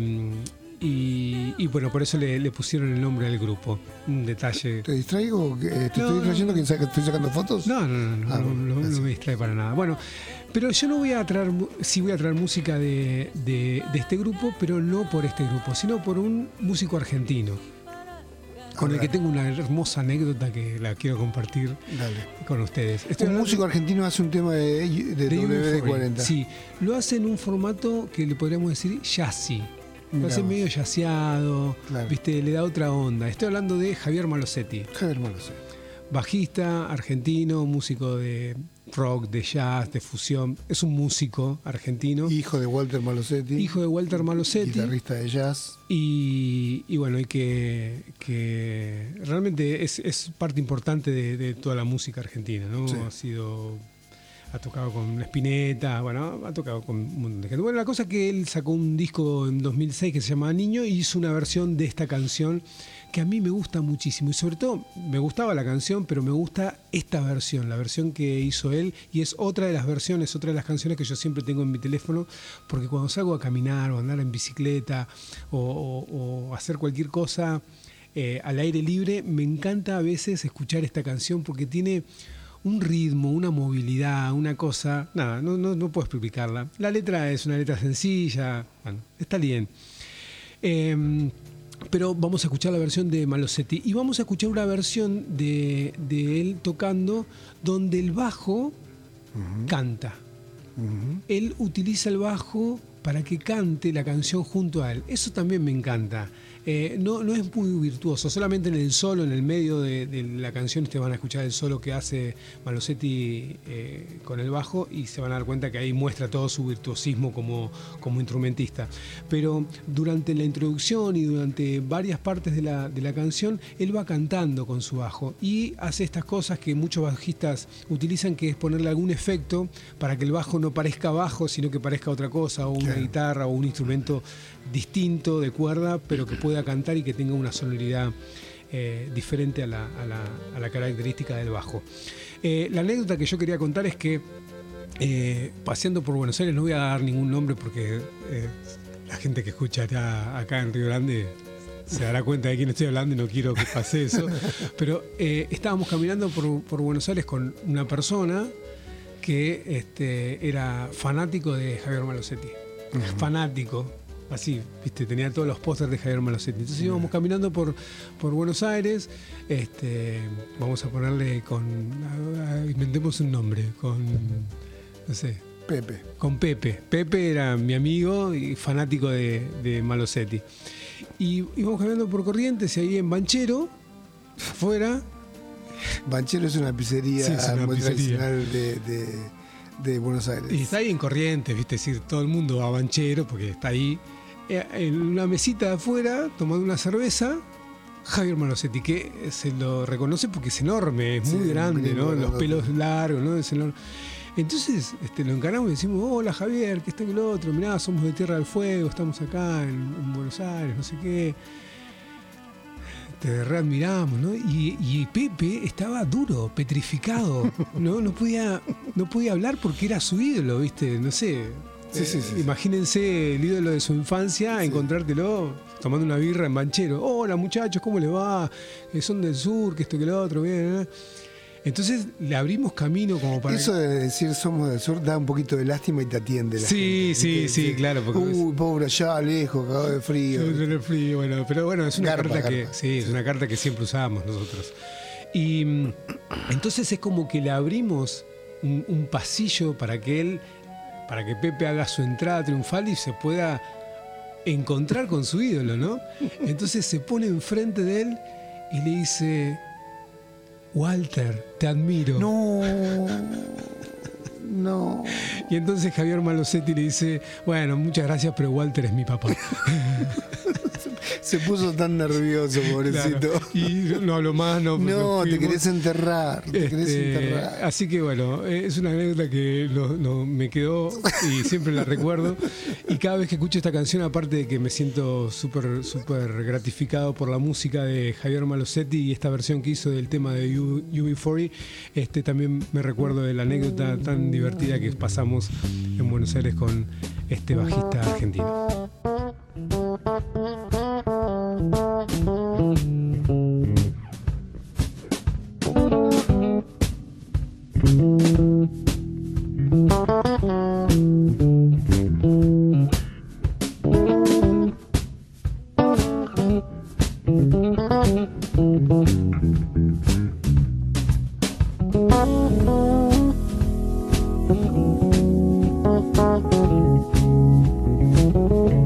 y, y bueno, por eso le, le pusieron el nombre al grupo. Un detalle. ¿Te distraigo? ¿Te no, estoy distrayendo que estoy sacando fotos? No, no, no, no, ah, no, no, no me distrae para nada. Bueno, pero yo no voy a traer, sí voy a traer música de, de, de este grupo, pero no por este grupo, sino por un músico argentino, con el que tengo una hermosa anécdota que la quiero compartir Dale. con ustedes. Estoy un músico argentino hace un tema de, de, de W cuarenta. Sí, lo hace en un formato que le podríamos decir jazzy. Lo hace medio jazzeado, claro. ¿viste? Le da otra onda. Estoy hablando de Javier Malosetti. Javier Malosetti. Bajista argentino, músico de rock, de jazz, de fusión. Es un músico argentino. Hijo de Walter Malosetti. Hijo de Walter Malosetti. Guitarrista de jazz. Y, y bueno, y que, que realmente es, es parte importante de, de toda la música argentina, ¿no? Sí. Ha sido... Ha tocado con Spinetta, bueno, ha tocado con un montón de gente. Bueno, la cosa es que él sacó un disco en dos mil seis que se llama Niño, y hizo una versión de esta canción que a mí me gusta muchísimo. Y sobre todo, me gustaba la canción, pero me gusta esta versión, la versión que hizo él. Y es otra de las versiones, otra de las canciones que yo siempre tengo en mi teléfono, porque cuando salgo a caminar o andar en bicicleta o, o, o hacer cualquier cosa eh, al aire libre, me encanta a veces escuchar esta canción porque tiene... un ritmo, una movilidad, una cosa... Nada, no, no, no puedo explicarla. La letra es una letra sencilla, bueno, está bien. Eh, pero vamos a escuchar la versión de Malosetti. Y vamos a escuchar una versión de, de él tocando donde el bajo uh-huh. canta. Uh-huh. Él utiliza el bajo para que cante la canción junto a él. Eso también me encanta. eh, no, no es muy virtuoso. Solamente en el solo, en el medio de, de la canción, te van a escuchar el solo que hace Malosetti eh, con el bajo y se van a dar cuenta que ahí muestra todo su virtuosismo como, como instrumentista. Pero durante la introducción y durante varias partes de la, de la canción, él va cantando con su bajo y hace estas cosas que muchos bajistas utilizan, que es ponerle algún efecto para que el bajo no parezca bajo, sino que parezca otra cosa, o una claro. guitarra o un instrumento distinto de cuerda, pero que pueda cantar y que tenga una sonoridad eh, diferente a la, a, la, a la característica del bajo. Eh, la anécdota que yo quería contar es que eh, paseando por Buenos Aires, no voy a dar ningún nombre porque eh, la gente que escucha acá, acá en Río Grande se dará cuenta de quién estoy hablando y no quiero que pase eso, pero eh, estábamos caminando por, por Buenos Aires con una persona que este, era fanático de Javier Malosetti, uh-huh. fanático, así, viste, tenía todos los pósters de Javier Malosetti. Entonces uh-huh. íbamos caminando por, por Buenos Aires, este, vamos a ponerle con, a, a, inventemos un nombre, con, no sé, Pepe. Con Pepe. Pepe era mi amigo y fanático de, de Malosetti. Y íbamos caminando por Corrientes y ahí en Banchero, afuera. Banchero es una pizzería, sí, es una muy pizzería. tradicional de, de, de Buenos Aires. Y está ahí en Corrientes, ¿viste? Es decir, todo el mundo va a Banchero porque está ahí. En una mesita de afuera, tomando una cerveza, Javier Malosetti, que se lo reconoce porque es enorme, es muy sí, grande, ¿no? Los pelos largos, ¿no? Es enorme. Entonces este, lo encaramos y decimos, hola Javier, que está que lo otro, mirá, somos de Tierra del Fuego, estamos acá en, en Buenos Aires, no sé qué. Te readmiramos, ¿no? Y, y Pepe estaba duro, petrificado, ¿no? No podía, no podía hablar porque era su ídolo, ¿viste? No sé. Sí, eh, sí, sí, imagínense el ídolo de su infancia, sí. encontrártelo tomando una birra en Banchero. Hola muchachos, ¿cómo les va? Eh, son del sur, que esto que lo otro, bien, ¿eh? Entonces le abrimos camino como para... Eso de decir somos del sur da un poquito de lástima y te atiende la sí, gente. Sí, sí, sí, claro. Porque Uy, es... pobre allá, lejos, cagado de frío. De frío, bueno, pero bueno, es una garpa, carta garpa. que sí, es una carta que siempre usábamos nosotros. Y entonces es como que le abrimos un, un pasillo para que él, para que Pepe haga su entrada triunfal y se pueda encontrar con su ídolo, ¿no? Entonces se pone enfrente de él y le dice... Walter, te admiro. No, no. Y entonces Javier Malosetti le dice, bueno, muchas gracias, pero Walter es mi papá. Se puso tan nervioso, pobrecito. Claro. Y no hablo más, no. No, te querés enterrar, te este, querés enterrar. Así que bueno, es una anécdota que no, no, me quedó y siempre la recuerdo. Y cada vez que escucho esta canción, aparte de que me siento súper súper gratificado por la música de Javier Malosetti y esta versión que hizo del tema de U B cuarenta, este, también me recuerdo de la anécdota tan divertida que pasamos en Buenos Aires con este bajista argentino. Thank you.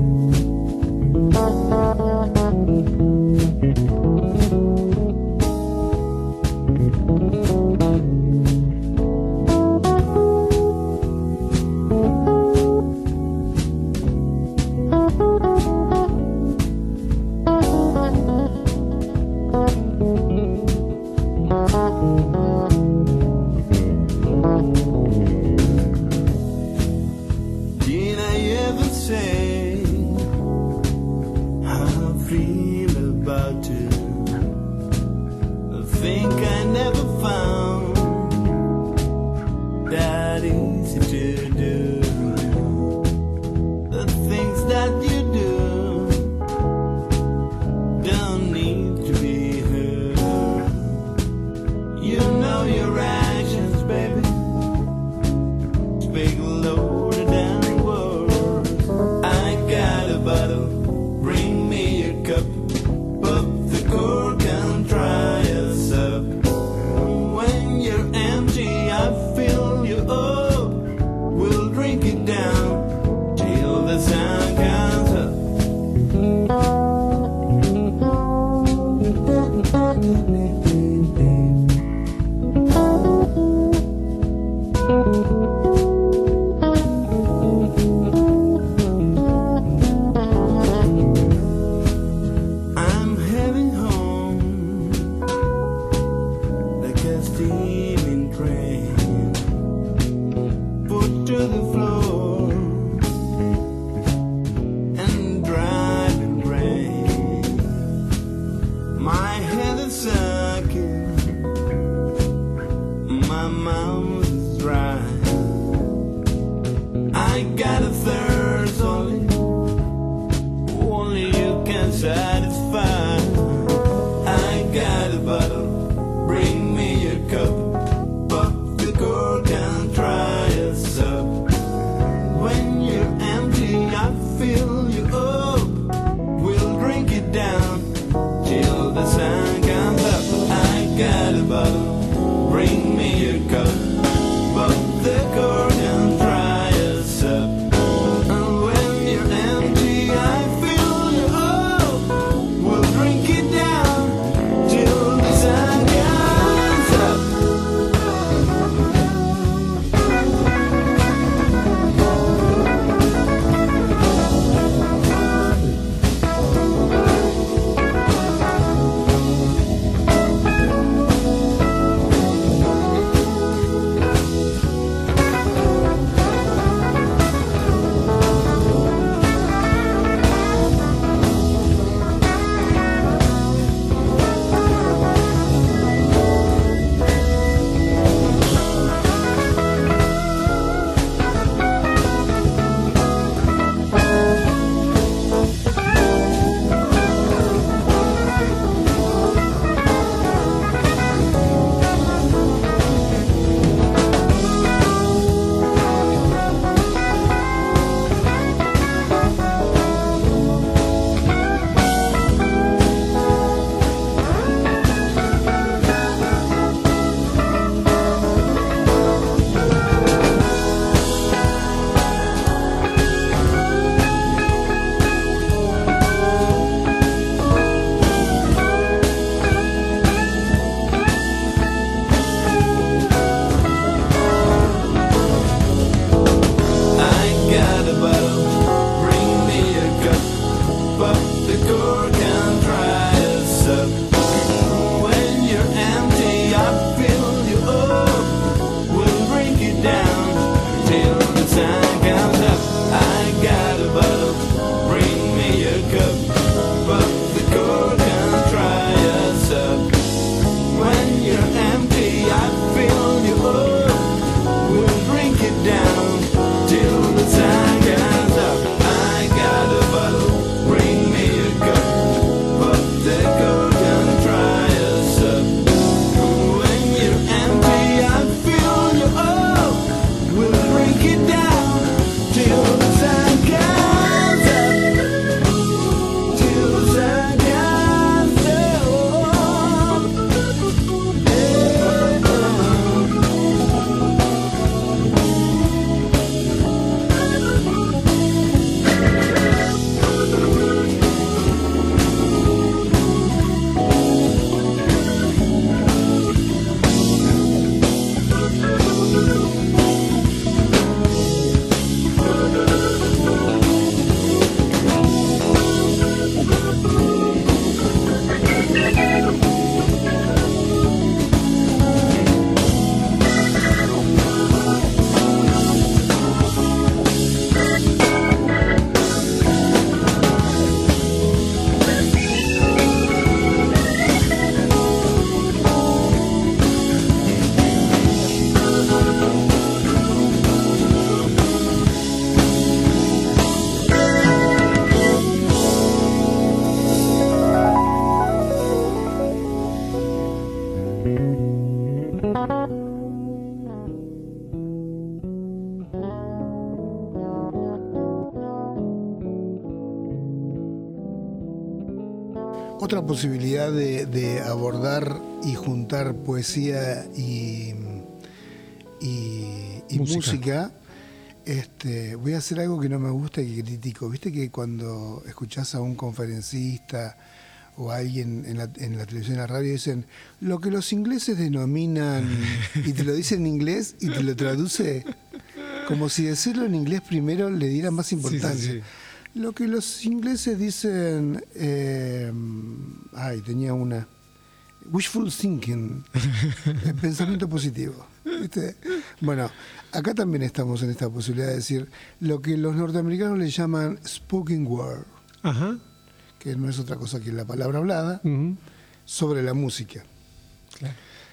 Otra posibilidad de, de abordar y juntar poesía y, y, y música. música este, voy a hacer algo que no me gusta y que critico. Viste que cuando escuchás a un conferencista o a alguien en la, en la televisión y la radio dicen lo que los ingleses denominan, y te lo dice en inglés y te lo traduce como si decirlo en inglés primero le diera más importancia. Sí, sí, sí. Lo que los ingleses dicen, eh, ay, tenía una, wishful thinking, el pensamiento positivo, ¿viste? Bueno, acá también estamos en esta posibilidad de decir lo que los norteamericanos le llaman spoken word, ajá, que no es otra cosa que la palabra hablada, uh-huh, sobre la música. Claro.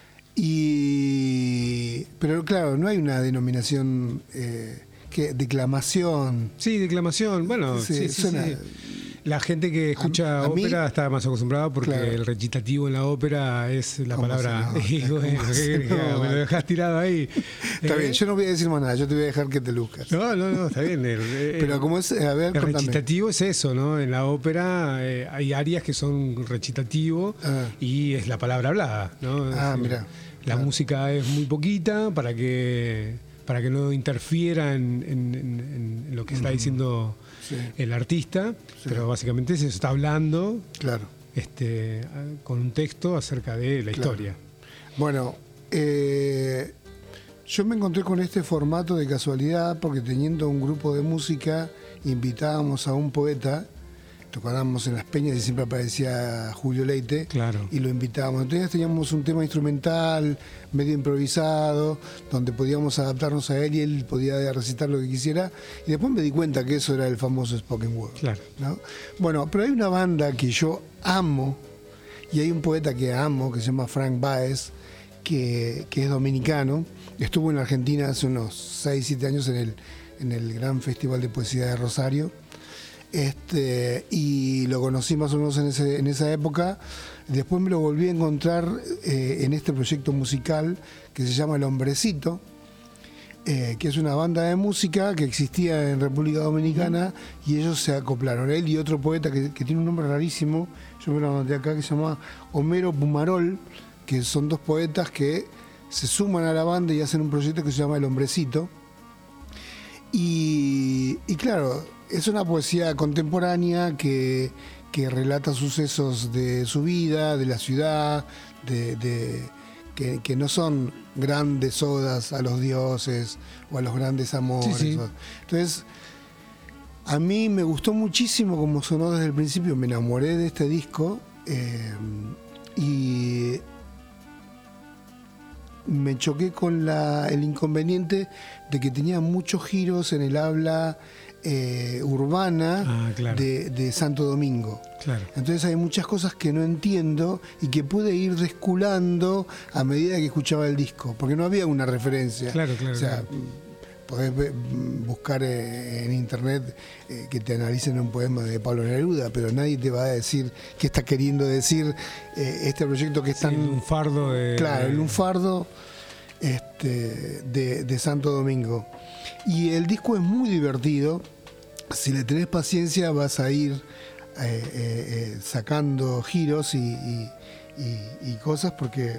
Y, pero claro, no hay una denominación... Eh, que declamación. Sí, declamación. Bueno, sí, sí, sí, suena... sí. La gente que escucha a, a ópera mí, está más acostumbrada porque claro, el recitativo en la ópera es la palabra. No, y, bueno, ¿qué no, me lo dejas tirado ahí. Está eh, bien, yo no voy a decir más nada, yo te voy a dejar que te luzcas. No, no, no, está bien. El, Pero como es, a ver, el contame. Recitativo es eso, ¿no? En la ópera eh, hay áreas que son recitativo ah. y es la palabra hablada, ¿no? Ah, mira. La ah. música es muy poquita para que para que no interfiera en, en, en, en lo que está diciendo sí. el artista, sí. pero básicamente se está hablando claro. este, con un texto acerca de la claro. historia. Bueno, eh, yo me encontré con este formato de casualidad porque teniendo un grupo de música invitábamos a un poeta, tocábamos en las peñas y siempre aparecía Julio Leite, claro. y lo invitábamos. Entonces teníamos un tema instrumental, medio improvisado, donde podíamos adaptarnos a él y él podía recitar lo que quisiera. Y después me di cuenta que eso era el famoso spoken word. Claro. ¿No? Bueno, pero hay una banda que yo amo, y hay un poeta que amo, que se llama Frank Baez, que, que es dominicano. Estuvo en la Argentina hace unos seis, siete años en el, en el Gran Festival de Poesía de Rosario. Este, y lo conocí más o menos en, ese, en esa época. Después me lo volví a encontrar eh, en este proyecto musical que se llama El Hombrecito, eh, que es una banda de música que existía en República Dominicana, y ellos se acoplaron, él y otro poeta que, que tiene un nombre rarísimo, yo me lo anoté acá, que se llama Homero Pumarol, que son dos poetas que se suman a la banda y hacen un proyecto que se llama El Hombrecito. Y, y claro, es una poesía contemporánea que, que relata sucesos de su vida, de la ciudad, de, de, que, que no son grandes odas a los dioses o a los grandes amores. Sí, sí. Entonces, a mí me gustó muchísimo como sonó desde el principio, me enamoré de este disco eh, y me choqué con la, el inconveniente de que tenía muchos giros en el habla eh, urbana ah, claro. de, de Santo Domingo. Claro. Entonces hay muchas cosas que no entiendo y que pude ir desculando a medida que escuchaba el disco, porque no había una referencia. Claro, claro. O sea, claro. podés buscar en internet eh, que te analicen un poema de Pablo Neruda, pero nadie te va a decir qué está queriendo decir eh, este proyecto que es tan... Sí, el lunfardo de... Claro, el lunfardo este, de, de Santo Domingo. Y el disco es muy divertido. Si le tenés paciencia vas a ir eh, eh, eh, sacando giros y, y, y, y cosas, porque...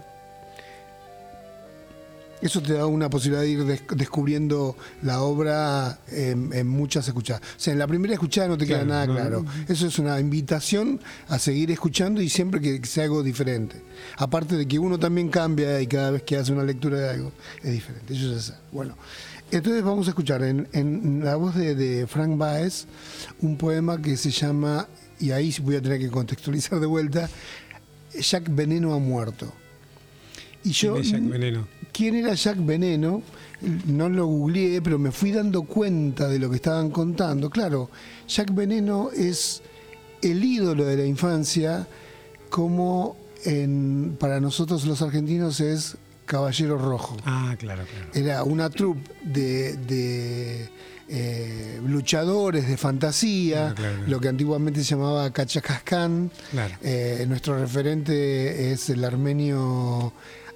eso te da una posibilidad de ir des- descubriendo la obra en, en muchas escuchadas. O sea, en la primera escuchada no te queda claro, nada no, claro. No. Eso es una invitación a seguir escuchando y siempre que sea algo diferente. Aparte de que uno también cambia y cada vez que hace una lectura de algo es diferente. Eso es eso. Bueno, entonces vamos a escuchar en, en la voz de, de Frank Baez un poema que se llama, y ahí voy a tener que contextualizar de vuelta, Jack Veneno ha muerto. Y yo, ¿quién es Jack Veneno? ¿Quién era Jack Veneno? No lo googleé, pero me fui dando cuenta de lo que estaban contando. Claro, Jack Veneno es el ídolo de la infancia, como en, para nosotros los argentinos es Caballero Rojo. Ah, claro, claro. Era una troupe de, de eh, luchadores de fantasía, claro, claro, claro. Lo que antiguamente se llamaba Cachacascán. Claro. Eh, nuestro referente es el armenio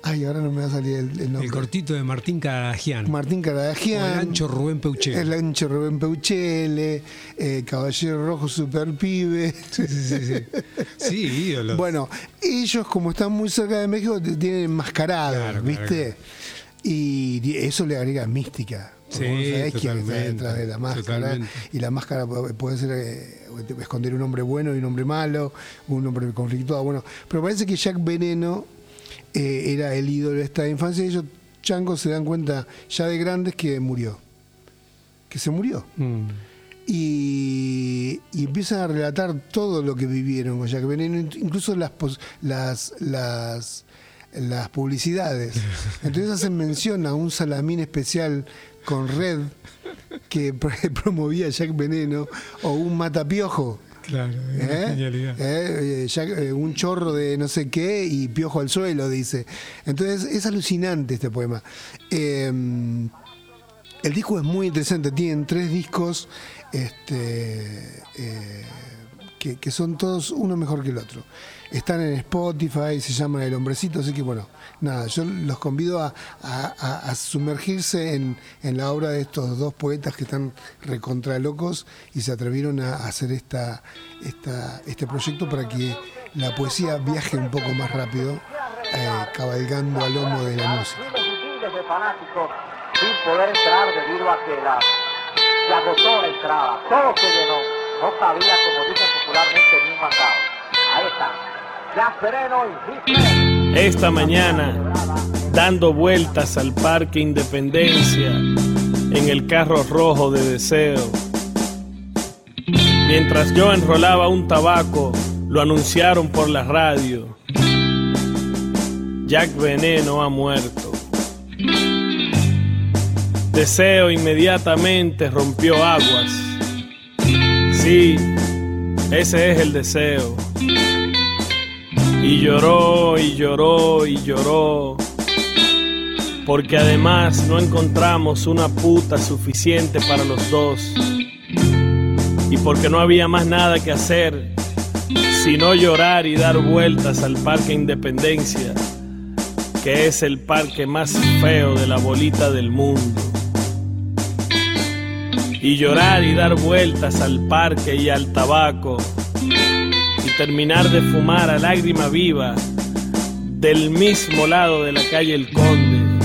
Ay, ahora no me va a salir el, el nombre. El cortito de Martín Caradagian. Martín Caradagian. O el ancho Rubén Peuchele. El ancho Rubén Peuchele. Eh, Caballero Rojo Super Pibe. Sí, sí, sí. Sí, sí, ídolos. Bueno, ellos como están muy cerca de México tienen enmascarados, claro, ¿viste? Claro, claro. Y eso le agrega mística. Sí, sabés quién está detrás de la máscara. Totalmente. Y la máscara puede ser eh, esconder un hombre bueno y un hombre malo, un hombre conflictuado. Bueno, pero parece que Jack Veneno eh, era el ídolo de esta infancia y ellos, changos, se dan cuenta ya de grandes que murió. Que se murió. Mm. Y, y empiezan a relatar todo lo que vivieron con Jack Veneno, incluso las las las, las publicidades. Entonces hacen mención a un salamín especial con red que promovía Jack Veneno, o un matapiojo. Claro, ¿Eh? Genialidad. ¿Eh? Jack, eh, un chorro de no sé qué y piojo al suelo, dice. Entonces es alucinante este poema. Eh, el disco es muy interesante, tienen tres discos este, eh, que, que son todos uno mejor que el otro. Están en Spotify, se llaman El Hombrecito, así que bueno, nada, yo los convido a, a, a sumergirse en, en la obra de estos dos poetas que están recontra locos y se atrevieron a hacer esta, esta, este proyecto para que la poesía viaje un poco más rápido, eh, cabalgando al lomo de la música. De fanáticos sin poder entrar debido a que la, se agotó la entrada, todo se llenó, no cabía, como dicen popularmente, ni un mandado. Ahí está. Esta mañana, dando vueltas al Parque Independencia en el carro rojo de Deseo, mientras yo enrolaba un tabaco, lo anunciaron por la radio: Jack Veneno ha muerto. Deseo inmediatamente rompió aguas. Sí, ese es el Deseo. Y lloró, y lloró, y lloró, porque además no encontramos una puta suficiente para los dos, y porque no había más nada que hacer sino llorar y dar vueltas al Parque Independencia, que es el parque más feo de la bolita del mundo. Y llorar y dar vueltas al parque y al tabaco, y terminar de fumar a lágrima viva del mismo lado de la calle El Conde,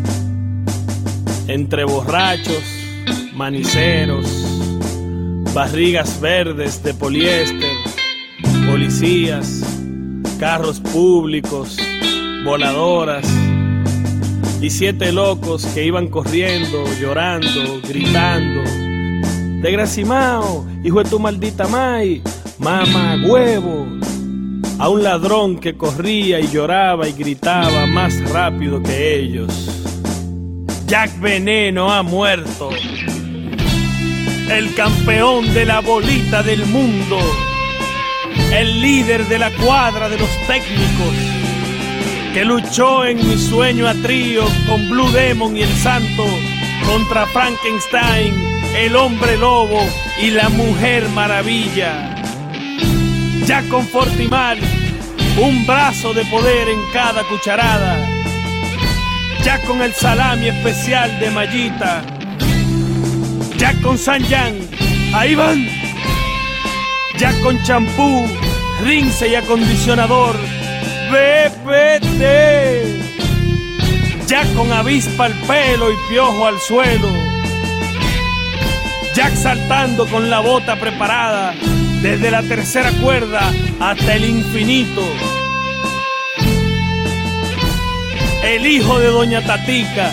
entre borrachos, maniceros, barrigas verdes de poliéster, policías, carros públicos, voladoras y siete locos que iban corriendo, llorando, gritando: ¡Desgracimao, hijo de tu maldita mai! ¡Mamá huevo! A un ladrón que corría y lloraba y gritaba más rápido que ellos. Jack Veneno ha muerto. El campeón de la bolita del mundo. El líder de la cuadra de los técnicos. Que luchó en mi sueño a trío con Blue Demon y el Santo contra Frankenstein, el hombre lobo y la mujer maravilla. Ya con Fortimal, un brazo de poder en cada cucharada. Ya con el salami especial de Mallita. Ya con Sanyan, ahí van. Ya con champú, rinse y acondicionador B P T. Ya con avispa al pelo y piojo al suelo. Jack saltando con la bota preparada desde la tercera cuerda hasta el infinito. El hijo de Doña Tatica,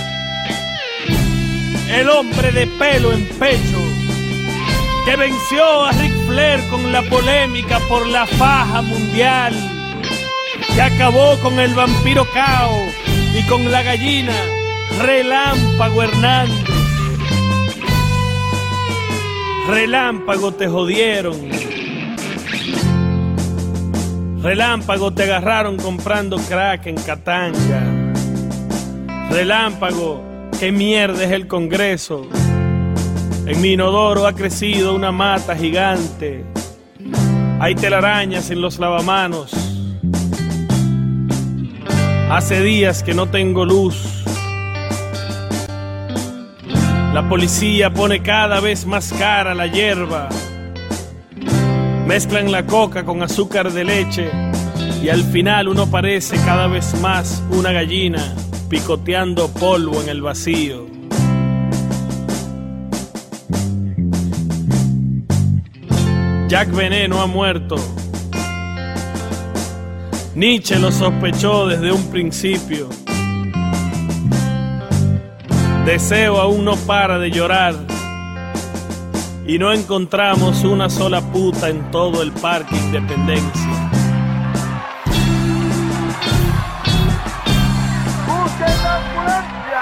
el hombre de pelo en pecho, que venció a Ric Flair con la polémica por la faja mundial, que acabó con el vampiro Cao y con la gallina Relámpago Hernández. Relámpago, te jodieron. Relámpago, te agarraron comprando crack en Katanga. Relámpago, qué mierda es el Congreso. En mi inodoro ha crecido una mata gigante. Hay telarañas en los lavamanos. Hace días que no tengo luz. La policía pone cada vez más cara la hierba. Mezclan la coca con azúcar de leche y al final uno parece cada vez más una gallina picoteando polvo en el vacío. Jack Veneno ha muerto. Nietzsche lo sospechó desde un principio. Deseo aún no para de llorar y no encontramos una sola puta en todo el Parque Independencia. ¡Busquen la ambulancia!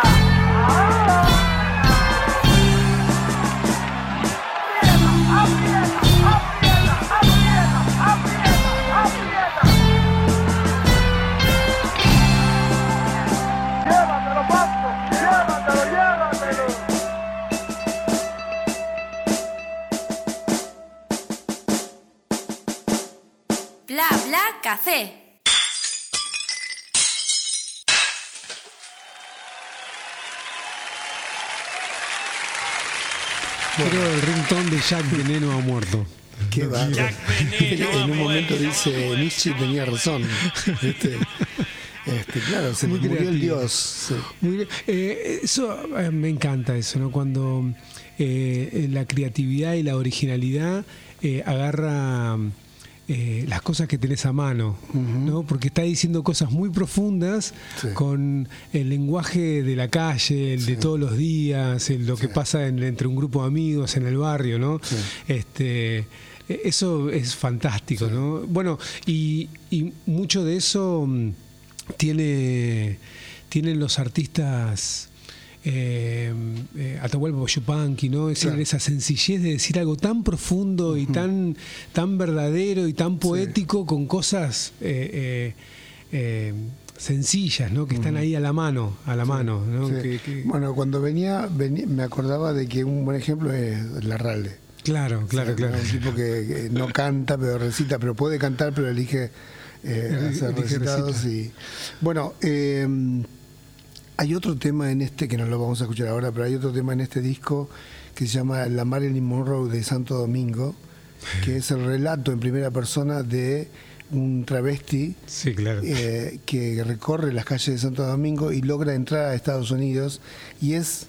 ¡Aprieta, aprieta, aprieta, aprieta, aprieta! ¡Llévatelo, Paco! ¡Llévatelo, llévatelo! Bla bla café. Quiero el ringtone de Jack Veneno ha muerto. Qué va. En un momento dice Nietzsche tenía razón. ¿Viste? Este, claro, se Muy murió creativo. el dios. Sí. Muy bien. Eh, eso eh, me encanta eso, ¿no? Cuando eh, la creatividad y la originalidad eh, agarra eh, las cosas que tenés a mano, ¿no? Porque está diciendo cosas muy profundas Sí. con el lenguaje de la calle, el de todos los días, el- lo que pasa en- entre un grupo de amigos en el barrio, ¿no? Sí. Este, eh, eso es fantástico, ¿no? Bueno, y, y mucho de eso mm, tiene tienen los artistas eh, eh, Atahualpa Yupanqui, ¿no? Es decir, Claro. esa sencillez de decir algo tan profundo y tan, tan verdadero y tan poético con cosas eh, eh, eh, sencillas, ¿no? Que están ahí a la mano, a la mano, ¿no? Sí. Que- que- Bueno, cuando venía, venía- me acordaba de que un buen ejemplo es Larralde. claro, claro, claro. Un tipo que, que no canta, pero recita, pero puede cantar, pero elige eh, hacer Elige recitados. Y, bueno, eh, hay otro tema en este, que no lo vamos a escuchar ahora, pero hay otro tema en este disco que se llama La Marilyn Monroe de Santo Domingo, que es el relato en primera persona de un travesti Sí, claro. eh, que recorre las calles de Santo Domingo y logra entrar a Estados Unidos, y es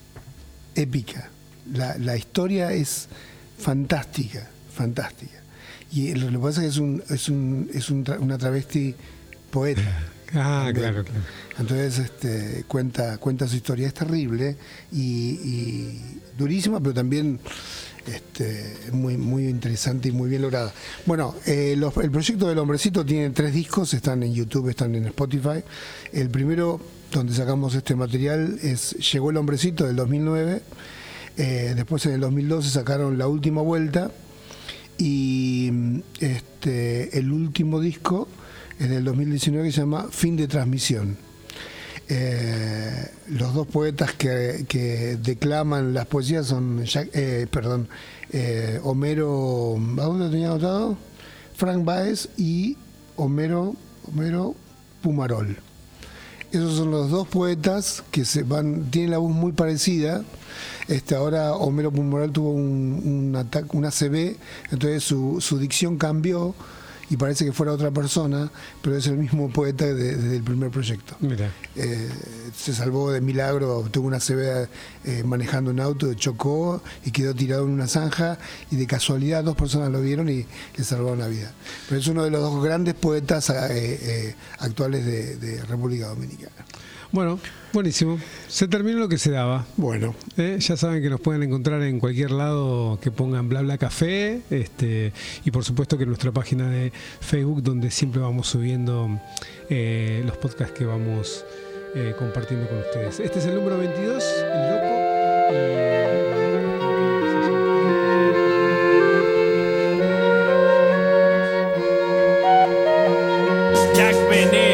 épica. La, la historia es fantástica, fantástica. Y lo que pasa es que es, un, es, un, es un tra- una travesti poeta. Ah, también. claro, claro. Entonces este, cuenta, cuenta su historia. Es terrible y, y durísima, pero también este, muy, muy interesante y muy bien lograda. Bueno, eh, los- el proyecto del Hombrecito tiene tres discos, están en YouTube, están en Spotify. El primero, donde sacamos este material, es Llegó el Hombrecito del dos mil nueve. Eh, después, en el dos mil doce, sacaron La Última Vuelta. Y este, el último disco es del dos mil diecinueve, que se llama Fin de Transmisión. Eh, los dos poetas que, que declaman las poesías son Jack- eh, perdón, eh, Homero, ¿a dónde lo tenía anotado? Frank Baez y Homero, Homero Pumarol. Esos son los dos poetas que se van, tienen la voz muy parecida. Este, ahora Homero Pumarol tuvo un, un ataque, una A C V, entonces su, su dicción cambió y parece que fuera otra persona, pero es el mismo poeta de- desde el primer proyecto. Mira. Eh, se salvó de milagro, tuvo una A C V eh, manejando un auto, chocó y quedó tirado en una zanja, y de casualidad dos personas lo vieron y le salvaron la vida. Pero es uno de los dos grandes poetas eh, eh, actuales de, de República Dominicana. Bueno, buenísimo. Se terminó lo que se daba. Bueno, Eh, ya saben que nos pueden encontrar en cualquier lado que pongan Bla Bla Café, este, y por supuesto que en nuestra página de Facebook, donde siempre vamos subiendo eh, los podcasts que vamos eh, compartiendo con ustedes. Este es el número veintidós, El Loco. Jack Veneno